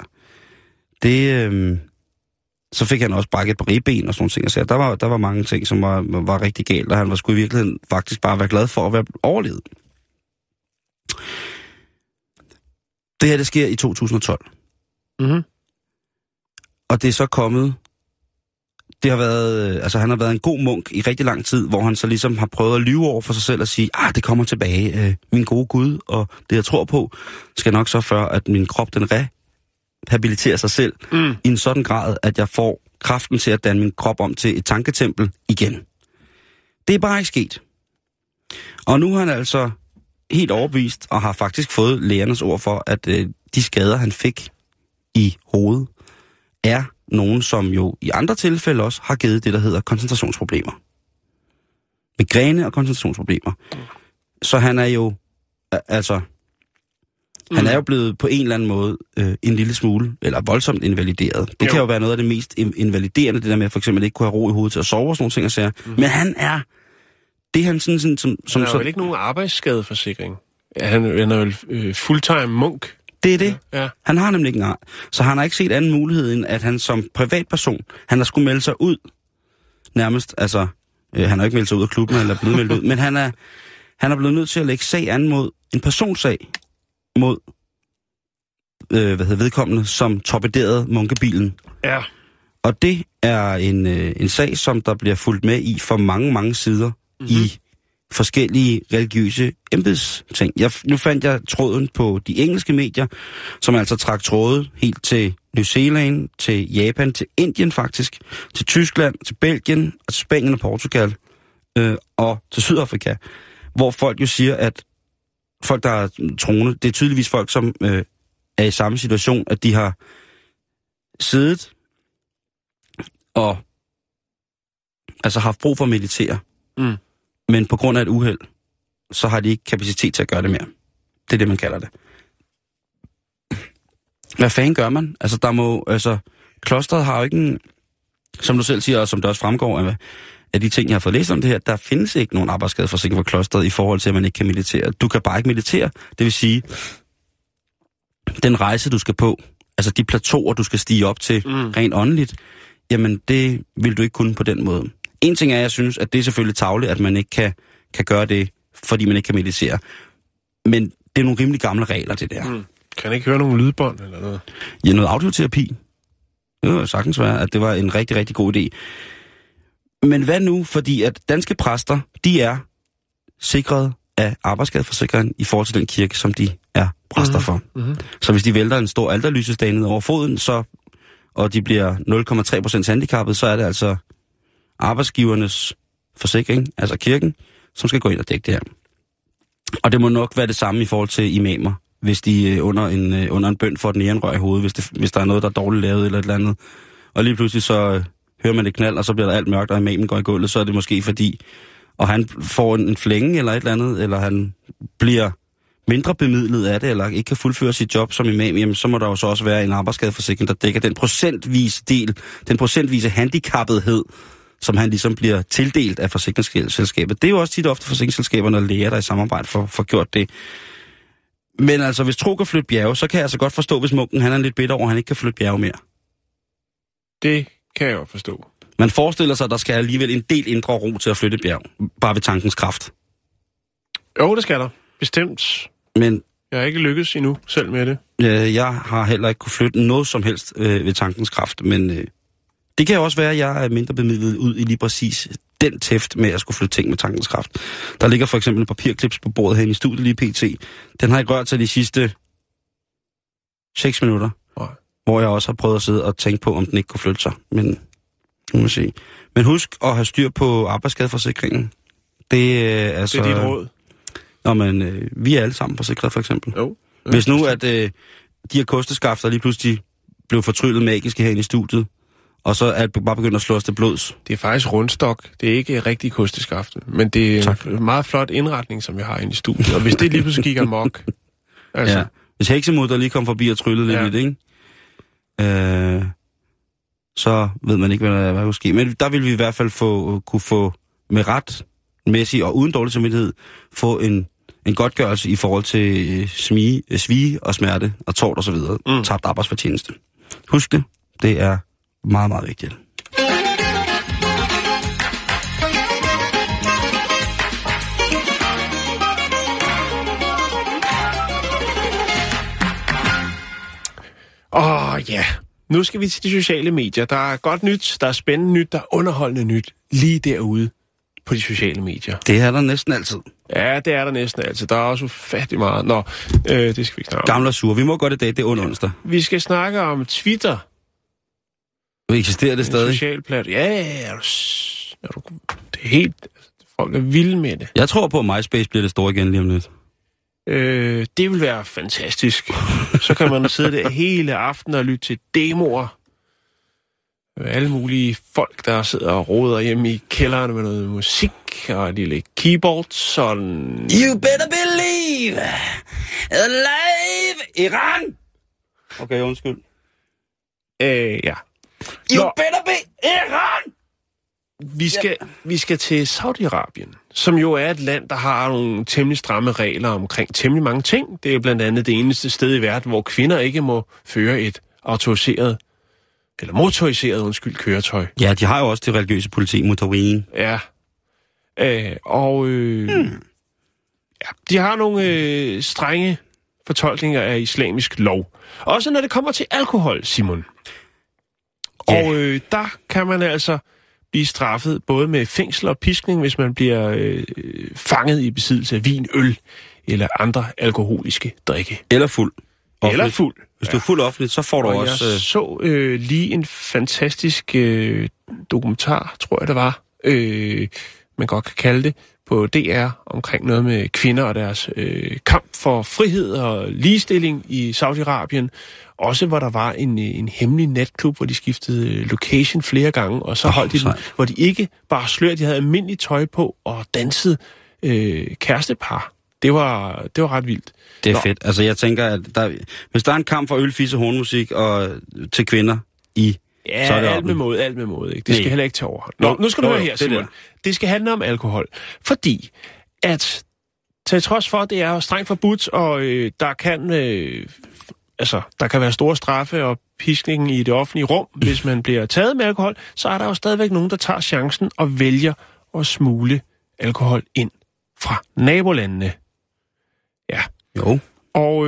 så fik han også brækket et par ribben og sådan nogle ting. Så der var mange ting, som var rigtig galt, og han var sgu i virkeligheden faktisk bare være glad for at være overlevet. Det her, det sker i 2012. Mhm. Og det er så kommet... Det har været, han har været en god munk i rigtig lang tid, hvor han så ligesom har prøvet at lyve over for sig selv og sige, det kommer tilbage, min gode Gud, og det jeg tror på, skal nok så for, at min krop, den rehabiliterer sig selv i en sådan grad, at jeg får kraften til at danne min krop om til et tanketempel igen. Det er bare ikke sket. Og nu har han altså helt overbevist, og har faktisk fået lægernes ord for, at de skader, han fik i hovedet, er nogen, som jo i andre tilfælde også har givet det, der hedder koncentrationsproblemer. Migræne og koncentrationsproblemer. Så han er jo, han er jo blevet på en eller anden måde en lille smule, eller voldsomt invalideret. Det kan jo være noget af det mest invaliderende, det der med at for eksempel ikke kunne have ro i hovedet til at sove og sådan nogle ting og sager. Men han er, det er han sådan som... Han har vel ikke nogen arbejdsskadeforsikring? Han er vel fulltime munk? Det er det. Ja. Han har nemlig ikke en så han har ikke set anden mulighed, end at han som privatperson, han har skulle melde sig ud nærmest, han har ikke meldt sig ud af klubben eller blevet meldt ud, men han er blevet nødt til at lægge sag an mod en personsag mod vedkommende, som torpederede munkebilen. Ja. Og det er en sag, som der bliver fulgt med i for mange, mange sider i forskellige religiøse embedsting. Nu fandt jeg tråden på de engelske medier, som altså trak trådet helt til New Zealand, til Japan, til Indien faktisk, til Tyskland, til Belgien, og til Spanien og Portugal, og til Sydafrika, hvor folk jo siger, at folk, der er troende, det er tydeligvis folk, som er i samme situation, at de har siddet og haft brug for at meditere. Men på grund af et uheld, så har de ikke kapacitet til at gøre det mere. Det er det, man kalder det. Hvad fanden gør man? Klosteret har jo ikke en, som du selv siger, og som det også fremgår af de ting, jeg har fået læst om det her, der findes ikke nogen arbejdsskadeforsikring for klosteret i forhold til, at man ikke kan meditere. Du kan bare ikke meditere. Det vil sige, den rejse, du skal på, altså de plateauer, du skal stige op til rent åndeligt, jamen det vil du ikke kunne på den måde. En ting er, jeg synes, at det er selvfølgelig tarveligt, at man ikke kan gøre det, fordi man ikke kan meditere. Men det er nogle rimelig gamle regler, det der. Kan jeg ikke høre nogle lydbånd eller noget? Ja, noget audioterapi. Det var sagtens være, at det var en rigtig, rigtig god idé. Men hvad nu? Fordi at danske præster, de er sikret af arbejdsskadeforsikringen i forhold til den kirke, som de er præster for. Så hvis de vælter en stor alterlysestage ned over foden, og de bliver 0,3% handicappet, så er det altså arbejdsgivernes forsikring, altså kirken, som skal gå ind og dække det her. Og det må nok være det samme i forhold til imamer, hvis de under en bøn får den nærenrør i hovedet, hvis der er noget, der er dårligt lavet eller et eller andet. Og lige pludselig så hører man det knald, og så bliver der alt mørkt, og imamen går i gulvet, så er det måske fordi, og han får en flænge eller et eller andet, eller han bliver mindre bemidlet af det, eller ikke kan fuldføre sit job som imam, jamen så må der jo så også være en arbejdsskadeforsikring, der dækker den procentvise handicappethed, som han ligesom bliver tildelt af forsikringsselskabet. Det er jo også tit ofte forsikringsselskaberne og læger, der i samarbejde for gjort det. Men altså, hvis tro kan flytte bjerge, så kan jeg altså godt forstå, hvis munken han er lidt bitter over, at han ikke kan flytte bjerge mere. Det kan jeg jo forstå. Man forestiller sig, at der skal alligevel en del indre ro til at flytte bjerg, bare ved tankens kraft. Jo, det skal der. Bestemt. Men jeg har ikke lykkes endnu selv med det. Jeg har heller ikke kunne flytte noget som helst ved tankens kraft, men det kan jo også være, at jeg er mindre bemidlet ud i lige præcis den tæft med at skulle flytte ting med tankens kraft. Der ligger for eksempel en papirklips på bordet herinde i studiet lige pt. Den har ikke rørt sig de sidste 6 minutter, hvor jeg også har prøvet at sidde og tænke på, om den ikke kunne flytte sig. Men husk at have styr på arbejdsskadeforsikringen. Det er altså... Det er dit råd. Nå, men vi er alle sammen forsikret, for eksempel. Jo. Hvis nu, at de her kosteskafter lige pludselig blev fortryllet magisk herinde i studiet, og så er det bare begyndt at slå os til blods. Det er faktisk rundstok. Det er ikke rigtig kosteskafte, men det er en meget flot indretning, som jeg har inde i studiet. Og hvis det lige pludselig gik amok... Altså. Ja. Hvis heksemutter lige kom forbi og tryllede lidt, ikke? Så ved man ikke, hvad der kunne ske. Men der vil vi i hvert fald kunne få med retmæssig og uden dårlig samvittighed få en godtgørelse i forhold til svie og smerte og tort og så videre. Tabt arbejdsfortjeneste. Husk det. Det er meget, meget vigtigt. Ja. Nu skal vi til de sociale medier. Der er godt nyt, der er spændende nyt, der er underholdende nyt lige derude på de sociale medier. Det er der næsten altid. Ja, det er der næsten altid. Der er også ufattelig meget. Nå, det skal vi ikke snakke om. Gamle og sure. Vi må godt i dag, det er onsdag. Vi skal snakke om Twitter. Eksisterer det stadig? Social plat. Ja, det er helt... Folk er vilde med det. Jeg tror på, at MySpace bliver det store igen lige om lidt. Det vil være fantastisk. Så kan man sidde der hele aftenen og lytte til demoer. Alle mulige folk, der sidder og roder hjemme i kælderen med noget musik og et lille keyboard. Sådan... You better believe alive Iran! Okay, undskyld. Ja. You better be Iran! Vi skal til Saudi-Arabien, som jo er et land, der har nogle temmelig stramme regler omkring temmelig mange ting. Det er blandt andet det eneste sted i verden, hvor kvinder ikke må føre et motoriseret køretøj. Ja, de har jo også det religiøse politi, motorien. Ja. De har nogle strenge fortolkninger af islamisk lov. Også når det kommer til alkohol, Simon. Yeah. Og der kan man altså blive straffet både med fængsel og piskning, hvis man bliver fanget i besiddelse af vin, øl eller andre alkoholiske drikke. Eller fuld. Offentligt. Eller fuld. Hvis du er fuld offentligt, så får du og også... Jeg så lige en fantastisk dokumentar, tror jeg det var, man godt kan kalde det, på DR omkring noget med kvinder og deres kamp for frihed og ligestilling i Saudi-Arabien. Også hvor der var en hemmelig natklub, hvor de skiftede location flere gange, og så holdt de den, hvor de ikke bare slørte, de havde almindeligt tøj på og dansede kærestepar. Det var ret vildt. Det er fedt. Altså jeg tænker, at hvis der er en kamp for øl, fisse, hornmusik og til kvinder i... Ja, så er det alt med måde. Ikke? Det skal heller ikke tage overhånd. Nu skal du høre her, Simon. Det skal handle om alkohol. Fordi at til trods for, at det er strengt forbudt, og der kan være store straffe og piskning i det offentlige rum, hvis man bliver taget med alkohol, så er der jo stadigvæk nogen, der tager chancen og vælger at smule alkohol ind fra nabolandene. Ja. Jo. Og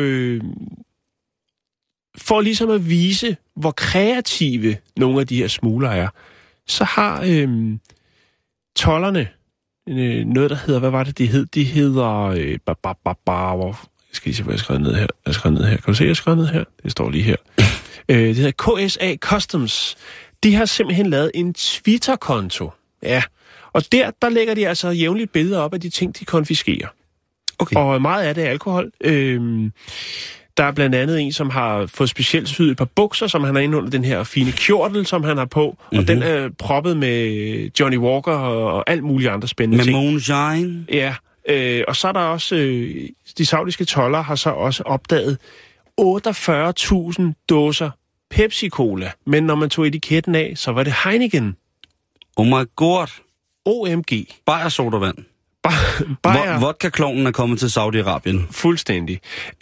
for ligesom at vise, hvor kreative nogle af de her smugler er, så har tolderne noget, der hedder, hvad var det, de hed? De hedder, skal I se, hvad jeg skrev ned her? Kan du se, jeg skrev ned her? Det står lige her. Det hedder KSA Customs. De har simpelthen lavet en Twitter-konto. Ja. Og der lægger de altså jævnligt billeder op af de ting, de konfiskerer. Okay. Og meget af det er alkohol. Der er blandt andet en, som har fået specielt syet et par bukser, som han har inde under den her fine kjortel, som han har på. Mm-hmm. Og den er proppet med Johnny Walker og alt muligt andre spændende ting. Med moonshine. Ja, og så er der også... de saudiske toldere har så også opdaget 48.000 dåser Pepsi-Cola. Men når man tog etiketten af, så var det Heineken. Oh my god. OMG. Bayer sodavand. Vodka-klonen er kommet til Saudi-Arabien. Fuldstændig.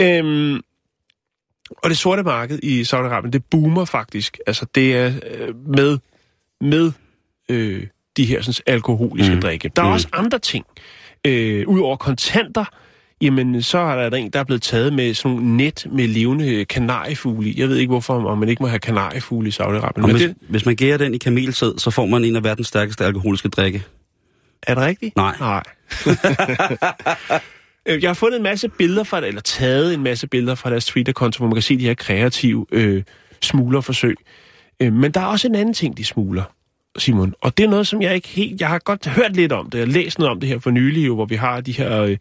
Og det sorte marked i Saudi-Arabien, det boomer faktisk. Altså, det er med de her sådan, alkoholiske drikke. Der er også andre ting. Udover kontanter, jamen, så er der en, der er blevet taget med sådan nogle net med levende kanariefugle i. Jeg ved ikke, hvorfor om man ikke må have kanariefugle i Saudi-Arabien. Men hvis man gærer den i kamelsæd, så får man en af verdens stærkeste alkoholiske drikke. Er det rigtigt? Nej. Jeg har fundet en masse billeder eller taget en masse billeder fra deres Twitter-konto, hvor man kan se de her kreative smuglerforsøg. Men der er også en anden ting, de smugler. Simon. Og det er noget, som jeg ikke helt... Jeg har godt hørt lidt om det. Jeg har læst noget om det her for nylig, hvor vi har de her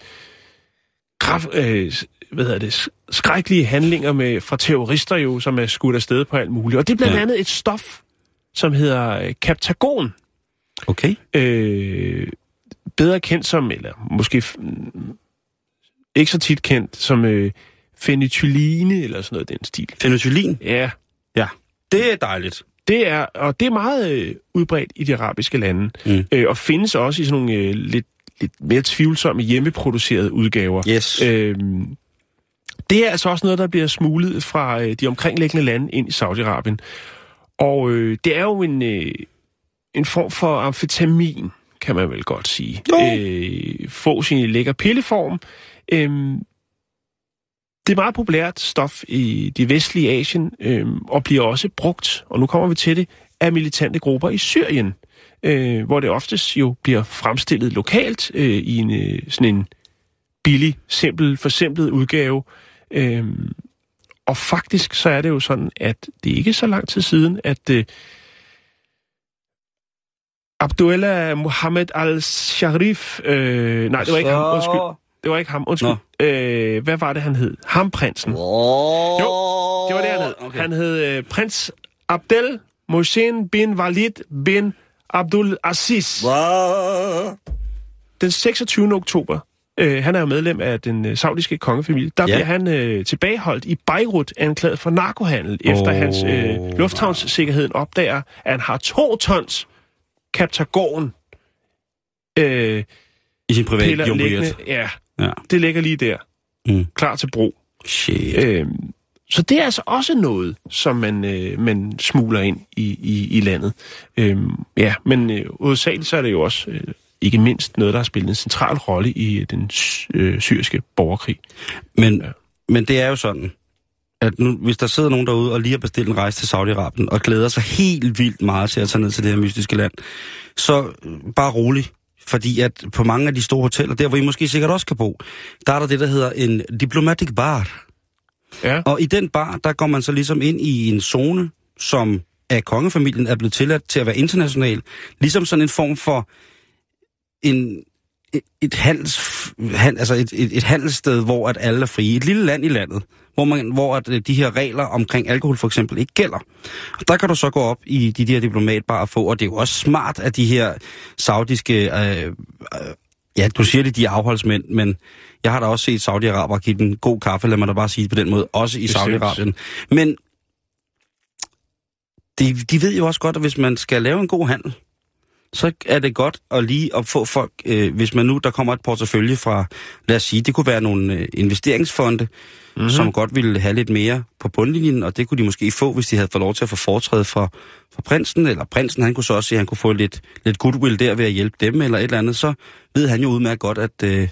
skrækkelige handlinger fra terrorister jo, som er skudt afsted på alt muligt. Og det er blandt andet et stof, som hedder Captagon. Okay. Bedre kendt som, eller måske ikke så tit kendt som phenytyline, eller sådan noget den stil. Phenetylin? Ja. Ja, det er dejligt. Det er meget udbredt i de arabiske lande, og findes også i sådan nogle lidt mere tvivlsomme hjemmeproducerede udgaver. Yes. Det er altså også noget, der bliver smuglet fra de omkringliggende lande ind i Saudi-Arabien. Og det er jo en form for amfetamin, kan man vel godt sige. Fås i en lækker pilleform. Det er meget populært stof i det vestlige Asien, og bliver også brugt, og nu kommer vi til det, af militante grupper i Syrien, hvor det oftest jo bliver fremstillet lokalt i sådan en billig, forsimplet udgave. Og faktisk så er det jo sådan, at det ikke er så lang tid siden, at Abdullah Mohammed al-Sharif... nej, det var ikke ham, undskyld. Det var ikke ham, undskyld. Hvad var det, han hed? Hamprinsen. Jo, det var det, han hed. Okay. Han hed prins Abdel Mohsen bin Walid bin Abdul Aziz. Den 26. oktober, han er jo medlem af den saudiske kongefamilie, der bliver han tilbageholdt i Beirut, anklaget for narkohandel, efter hans lufthavnssikkerheden opdager, at han har 2 tons Captagon i sin private jumbojet. Ja, det ligger lige der. Klar til brug. Shit. Så det er altså også noget, som man smugler ind i landet. Men hovedsageligt så er det jo også ikke mindst noget, der har spillet en central rolle i den syriske borgerkrig. Men det er jo sådan, at nu, hvis der sidder nogen derude og lige har bestilt en rejse til Saudi-Arabien og glæder sig helt vildt meget til at tage ned til det her mystiske land, så bare rolig. Fordi at på mange af de store hoteller, der hvor I måske sikkert også kan bo, der er der det, der hedder en diplomatic bar. Ja. Og i den bar, der går man så ligesom ind i en zone, som af kongefamilien er blevet tilladt til at være international. Ligesom sådan en form for et handelssted, hvor at alle er frie. Et lille land i landet, hvor at de her regler omkring alkohol for eksempel ikke gælder. Og der kan du så gå op i de her diplomatbarer og få, og det er jo også smart, at de her saudiske, du siger det, de er afholdsmænd, men jeg har da også set Saudi-Araber give den god kaffe, lad mig da bare sige på den måde, også i Saudi-Arabien. Men de ved jo også godt, at hvis man skal lave en god handel, så er det godt at lige at få folk, hvis man nu, der kommer et portefølje fra, lad os sige, det kunne være nogle investeringsfonde, som godt ville have lidt mere på bundlinjen, og det kunne de måske få, hvis de havde fået lov til at få foretræde fra prinsen, eller prinsen, han kunne så også sige, at han kunne få lidt goodwill der ved at hjælpe dem, eller et eller andet, så ved han jo udmærket godt, at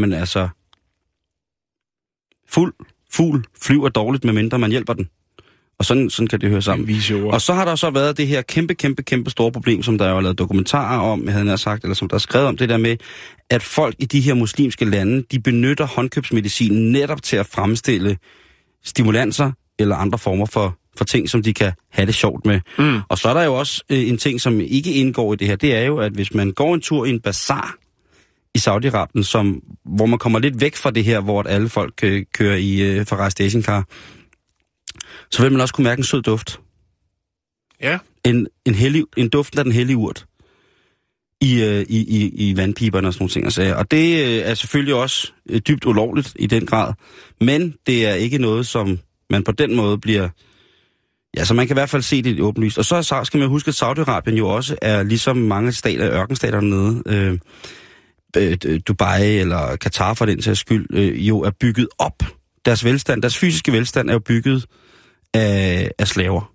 fugl flyver dårligt, medmindre man hjælper den. Og sådan kan det høre sammen. Og så har der så været det her kæmpe store problem, som der jo er lavet dokumentarer om, havde jeg sagt, eller som der er skrevet om, det der med, at folk i de her muslimske lande, de benytter håndkøbsmedicin netop til at fremstille stimulanser eller andre former for ting, som de kan have det sjovt med. Og så er der jo også en ting, som ikke indgår i det her, det er jo, at hvis man går en tur i en bazar i Saudi-Arabien, hvor man kommer lidt væk fra det her, hvor alle folk kører i Ferrari stationcar, så vil man også kunne mærke en sød duft. Ja. En duft af den hellige urt i vandpiberne og sådan nogle ting. Altså. Og det er selvfølgelig også dybt ulovligt i den grad, men det er ikke noget, som man på den måde bliver... Ja, så man kan i hvert fald se det åbenlyst. Og så skal man huske, at Saudi-Arabien jo også er ligesom mange ørkenstater dernede, Dubai eller Katar for den sags skyld, jo er bygget op. Deres velstand, deres fysiske velstand er jo bygget af slaver.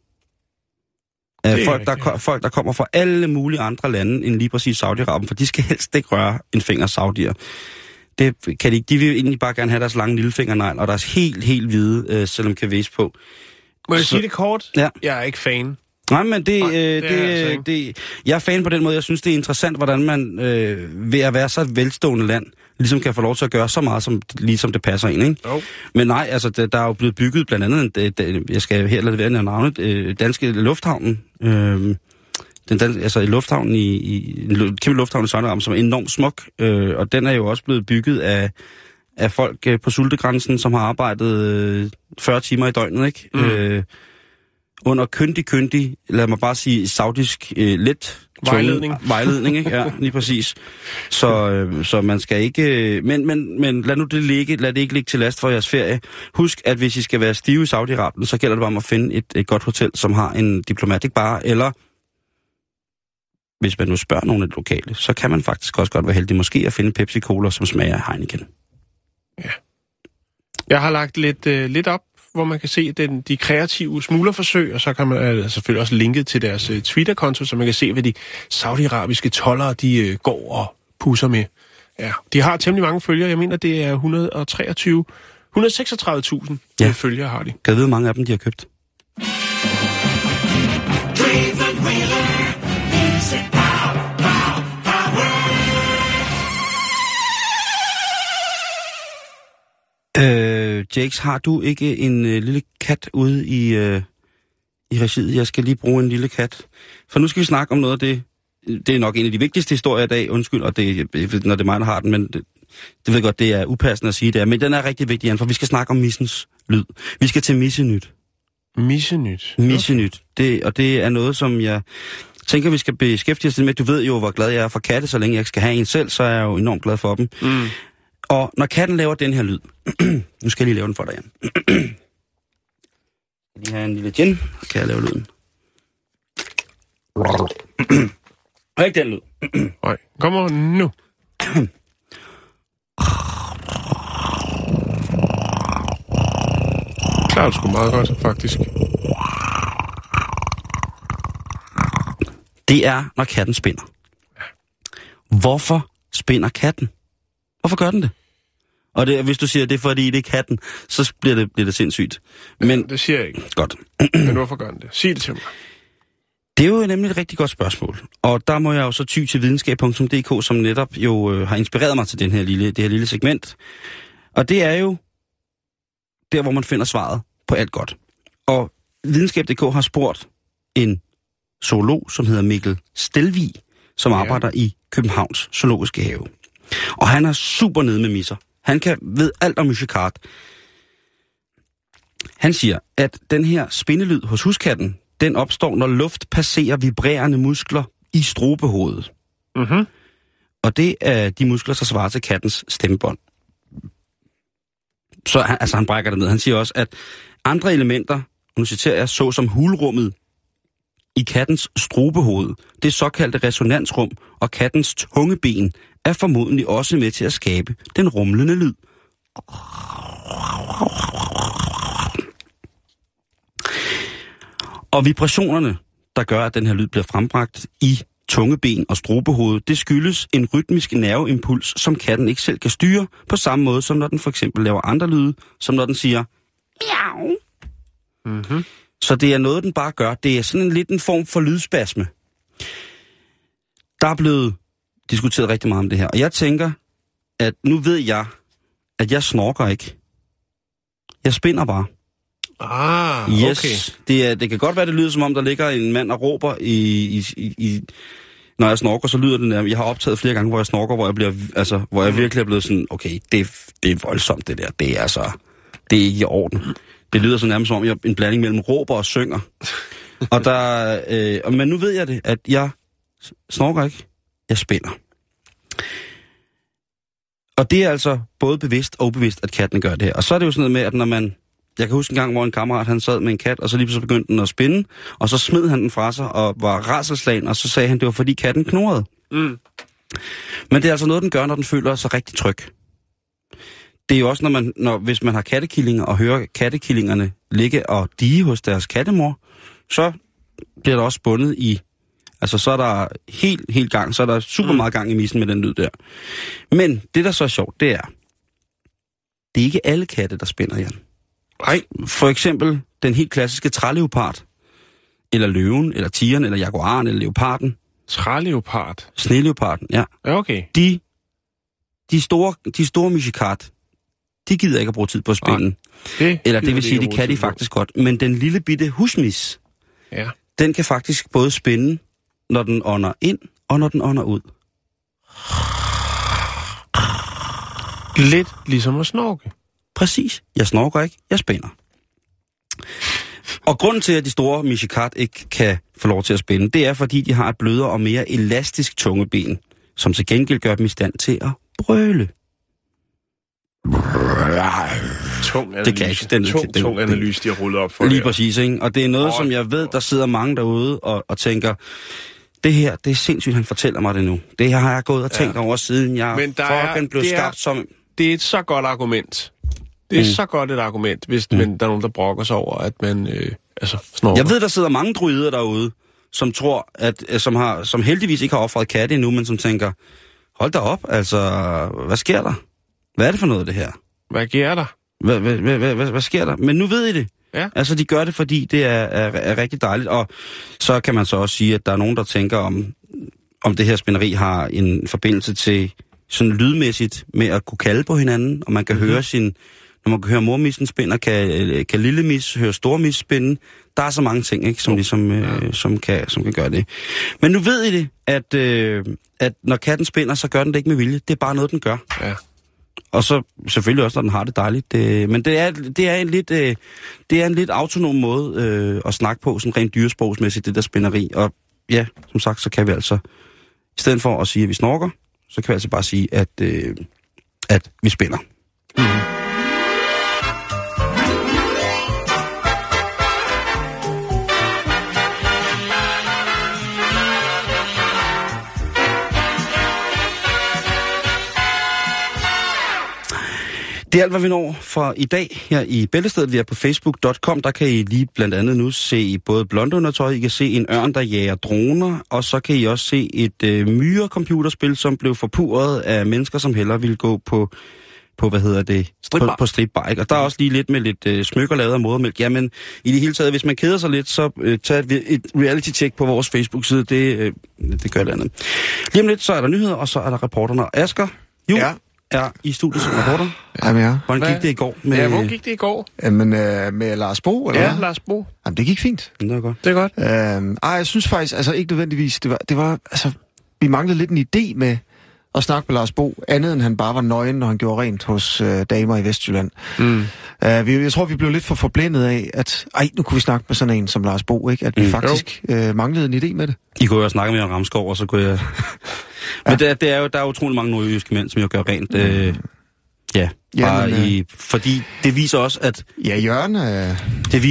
Folk, der kommer fra alle mulige andre lande end lige præcis Saudi-Arabien, for de skal helst ikke røre en finger saudier. Det kan de ikke. De vil jo egentlig bare gerne have deres lange lillefingernegl, og deres helt hvide, selvom kan væse på. Må jeg sige det kort? Ja. Jeg er ikke fan. Nej, men jeg er fan på den måde. Jeg synes, det er interessant, hvordan man ved at være så et velstående land, ligesom kan få lov til at gøre så meget, som det passer ind, ikke? Oh. Men nej, altså, der er jo blevet bygget blandt andet, jeg skal her lade være navnet, danske lufthavnen i lufthavnen i en kæmpe lufthavn i Sønderhamn, som er enormt smuk, og den er jo også blevet bygget af folk på sultegrænsen, som har arbejdet 40 timer i døgnet, ikke? Under kyndig, lad mig bare sige, saudisk let vejledning, ikke? Ja, lige præcis. Så man skal ikke... Men lad nu det ligge, lad det ikke ligge til last for jeres ferie. Husk, at hvis I skal være stive i Saudi-Arabien, så gælder det bare om at finde et godt hotel, som har en diplomatic bar, eller hvis man nu spørger nogen af det lokale, så kan man faktisk også godt være heldig måske at finde Pepsi-Cola, som smager af Heineken. Ja. Jeg har lagt lidt op, hvor man kan se de kreative smuglerforsøg, og så kan man selvfølgelig også linket til deres Twitter-konto, så man kan se, hvad de saudiarabiske toldere, de går og pusser med. Ja, de har temmelig mange følgere. Jeg mener, det er 136.000 følgere har de. Kan du vide, hvor mange af dem de har købt? Jakes, har du ikke en lille kat ude i regiet? Jeg skal lige bruge en lille kat. For nu skal vi snakke om noget af det. Det er nok en af de vigtigste historier i dag. Undskyld, og når det er mig, der har den, men det ved jeg godt, det er upassende at sige det. Men den er rigtig vigtig, Jan, for vi skal snakke om missens lyd. Vi skal til missenyt. Missenyt? Missenyt. Og det er noget, som jeg tænker, vi skal beskæftige os med. Du ved jo, hvor glad jeg er for katte, så længe jeg ikke skal have en selv, så er jeg jo enormt glad for dem. Og når katten laver den her lyd, nu skal jeg lige lave den for dig, Jan. Jeg lige have en lille gin, så kan jeg lave lyden. Og ikke den lyd. Nej, kommer nu. Klart sgu meget godt, faktisk. Det er, når katten spinder. Hvorfor spinder katten? Hvorfor gør den det? Og det, hvis du siger, at det er fordi, det er katten, så bliver det sindssygt. Men ja, det siger jeg ikke. Godt. Men hvorfor gør den det? Sig det til mig. Det er jo nemlig et rigtig godt spørgsmål. Og der må jeg jo så ty til videnskab.dk, som netop jo har inspireret mig til det her lille segment. Og det er jo der, hvor man finder svaret på alt godt. Og videnskab.dk har spurgt en zoolog, som hedder Mikkel Stelvig, som arbejder i Københavns Zoologiske Have. Og han er super nede med misser. Han ved alt om musicard. Han siger, at den her spindelyd hos huskatten, den opstår, når luft passerer vibrerende muskler i strobehovedet. Mm-hmm. Og det er de muskler, der svarer til kattens stemmebånd. Så han brækker det ned. Han siger også, at andre elementer, nu citerer jeg, såsom hulrummet i kattens strobehoved, det såkaldte resonansrum og kattens tungeben, er formodentlig også med til at skabe den rumlende lyd. Og vibrationerne, der gør, at den her lyd bliver frembragt i tungeben og strobehovedet, det skyldes en rytmisk nerveimpuls, som katten ikke selv kan styre, på samme måde som når den for eksempel laver andre lyde, som når den siger miau. Mm-hmm. Så det er noget, den bare gør. Det er sådan lidt en form for lydspasme. Der er blevet diskuteret rigtig meget om det her. Og jeg tænker, at nu ved jeg, at jeg snorker ikke. Jeg spinder bare. Yes. Okay. Det kan godt være, det lyder som om, der ligger en mand og råber når jeg snorker, så lyder det nærmest. Jeg har optaget flere gange, hvor jeg snorker, hvor jeg virkelig er blevet sådan, okay, det er voldsomt det der. Det er ikke i orden. Det lyder så nærmest som om, jeg er en blanding mellem råber og synger. Og men nu ved jeg det, at jeg snorker ikke. Jeg spinder. Og det er altså både bevidst og ubevidst, at katten gør det her. Og så er det jo sådan noget med, at når man... Jeg kan huske en gang, hvor en kammerat, han sad med en kat, og så lige så begyndte den at spinde, og så smed han den fra sig og var rædselsslagen, og så sagde han, det var fordi katten knurrede. Mm. Men det er altså noget, den gør, når den føler sig rigtig tryg. Det er jo også, hvis man har kattekillinger og hører kattekillingerne ligge og dige hos deres kattemor, så bliver der også bundet i... Altså, så er der helt gang, så er der super meget gang i missen med den lyd der. Men det, der så er sjovt, det er ikke alle katte, der spinder, Jan. Nej. For eksempel den helt klassiske træleopard, eller løven, eller tigeren, eller jaguaren, eller leoparden. Træleopard? Sneleoparden, ja. Ja, okay. De store musicard, de gider ikke at bruge tid på at spinde. Eller det vil sige, det kan de faktisk godt. Men den lille bitte husmis, ja, den kan faktisk både spinde, når den ånder ind, og når den ånder ud. Lidt ligesom at snorke. Præcis. Jeg snorker ikke, jeg spænder. Og grunden til, at de store mishikat ikke kan få lov til at spænde, det er, fordi de har et blødere og mere elastisk tungeben, som til gengæld gør dem i stand til at brøle. Tung analyse. Det kan ikke. Tung analyse, de har rullet op for. Lige præcis, ikke? Og det er noget, som jeg ved, der sidder mange derude og tænker, det her, det er sindssygt, han fortæller mig det nu. Det her har jeg gået og tænkt over, siden jeg fucking blev skabt som... Det er et så godt argument. Det er så godt et argument, hvis men der er nogen, der brokker sig over, at man snorker. Jeg ved, der sidder mange druider derude, som tror, som heldigvis ikke har offret katte endnu, men som tænker, hold da op, altså, hvad sker der? Hvad er det for noget, det her? Hvad sker der? Hvad sker der? Men nu ved I det. Ja. Altså, de gør det, fordi det er rigtig dejligt. Og så kan man så også sige, at der er nogen, der tænker, om det her spænderi har en forbindelse til sådan lydmæssigt med at kunne kalde på hinanden, og man kan høre når man kan høre mormissen spinde, kan lille mis høre store mis spinde. Der er så mange ting, ikke, som som kan gøre det. Men nu ved I det, at når katten spinder, så gør den det ikke med vilje. Det er bare noget, den gør. Ja. Og så selvfølgelig også, når den har det dejligt. Men det er en lidt autonom måde at snakke på, sådan rent dyresprogsmæssigt, det der spænderi. Og ja, som sagt, så kan vi altså, i stedet for at sige, at vi snorker, så kan vi altså bare sige, at vi spænder. Det er alt, hvad vi når for i dag her i Bæltestedet. Vi er på facebook.com. Der kan I lige blandt andet nu se både blondeundertøj. I kan se en ørn, der jager droner. Og så kan I også se et myre-computerspil, som blev forpurret af mennesker, som hellere ville gå på Stripbar. På stripbar. Og der er også lige lidt med lidt smykker lavet af modermælk. Jamen, i det hele taget, hvis man keder sig lidt, så tag et reality-check på vores Facebook-side. Det gør det andet. Lige om lidt, så er der nyheder, og så er der reporterne. Asger, er i studiet som reporter. Jamen ja. Hvordan gik det i går? Hvor gik det i går? Jamen, med Lars Bo, eller Ja, hvad? Lars Bo. Jamen, det gik fint. Det er godt. Det er godt. Jeg synes faktisk, altså ikke nødvendigvis, det var vi manglede lidt en idé med at snakke med Lars Bo, andet end han bare var nøgen, når han gjorde rent hos damer i Vestjylland. Jeg tror, vi blev lidt for forblændet af, at nu kunne vi snakke med sådan en som Lars Bo, ikke? At vi faktisk manglede en idé med det. I kunne jo snakke med Jørgen Ramskov, og så kunne jeg... Men der er utrolig mange nordjyske mænd, som jo gør rent. Fordi det viser også, at... Ja, Jørgen... Det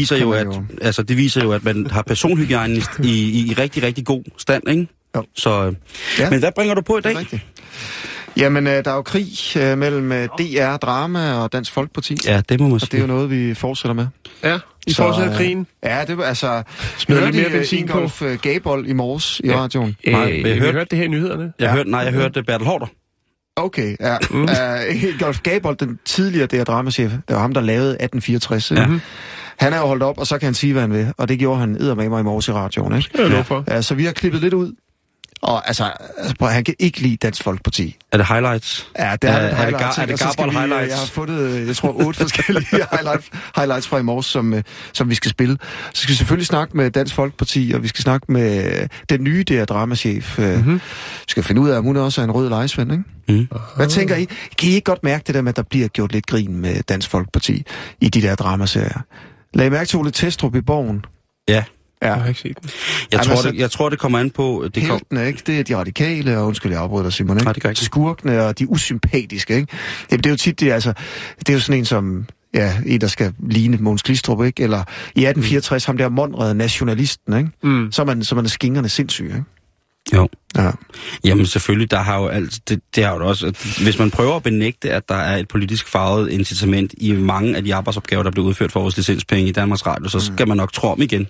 viser jo, at man har personhygiejne i rigtig, rigtig god stand, ikke? Jo. Så, men hvad bringer du på i dag? Rigtigt. Jamen, der er jo krig mellem DR Drama og Dansk Folkeparti. Ja, det må man sige. Og det er jo noget, vi fortsætter med. Ja, I fortsætter krigen. Ja, det var altså... Smider lidt mere benzin på. Ingolf Gabold i morges i radioen. Jeg hørte det her i nyhederne. Jeg hørte Bertel Haarder. Okay, ja. Ingolf Gabold, den tidligere DR Drama-chef, det var ham, der lavede 1864. Ja. Han er jo holdt op, og så kan han sige, hvad han vil. Og det gjorde han eddermame i morges i radioen, ikke? Så vi har klippet lidt ud. Og han kan ikke lide Dansk Folkeparti. Er det highlights? Ja, det er highlights. Er det Gabold highlights? Jeg har fundet, jeg tror, 8 forskellige highlights fra i morges, som vi skal spille. Så skal vi selvfølgelig snakke med Dansk Folkeparti, og vi skal snakke med den nye DR Dramachef. Vi skal finde ud af, om hun også er en rød lejesvend, ikke? Hvad tænker I? Kan I ikke godt mærke det der med, at der bliver gjort lidt grin med Dansk Folkeparti i de der dramaserier? Lad I mærke til Ole Testrup i Borgen? Ja. Jeg har ikke set den. Jeg tror, det kommer an på... Heltene, ikke? Det er de radikale, og undskyld, jeg afbryder dig, Simon, ikke? Nej, det gør ikke. Skurkene og de usympatiske, ikke? Det er jo tit, det er jo sådan en som... Ja, en, der skal ligne Mogens Glistrup, ikke? Eller i 1864, ham der Monrad, nationalisten, ikke? Så er man skingerne sindssyg, ikke? Jo. Ja. Jamen selvfølgelig, der har jo det har jo også, hvis man prøver at benægte, at der er et politisk farvet incitament i mange af de arbejdsopgaver, der bliver udført for vores licenspenge i Danmarks Radio, så skal man nok tro om igen.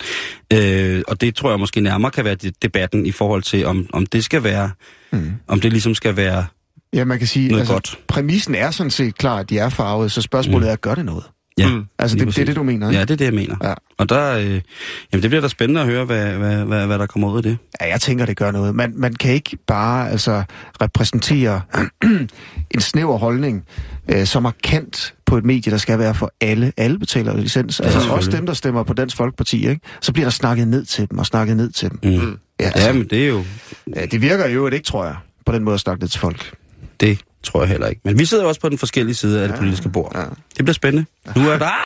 Ja. Og det tror jeg måske nærmere kan være debatten i forhold til, om det skal være, om det ligesom skal være man kan sige, noget godt. Præmissen er sådan set klar, at de er farvede, så spørgsmålet er, gør det noget? Ja, det er det, du mener, ikke? Ja, det er det, jeg mener. Ja. Og der, jamen det bliver da spændende at høre, hvad der kommer ud af det. Ja, jeg tænker, det gør noget. Man kan ikke bare repræsentere en snæver holdning så markant på et medie, der skal være for alle. Alle betaler licens. Altså også dem, der stemmer på Dansk Folkeparti, ikke? Så bliver der snakket ned til dem. Ja, men det er jo... Ja, det virker jo ikke, tror jeg, på den måde at snakke lidt til folk. Det tror jeg heller ikke. Men vi sidder jo også på den forskellige side af det politiske bord. Ja. Det bliver spændende. Nu er der...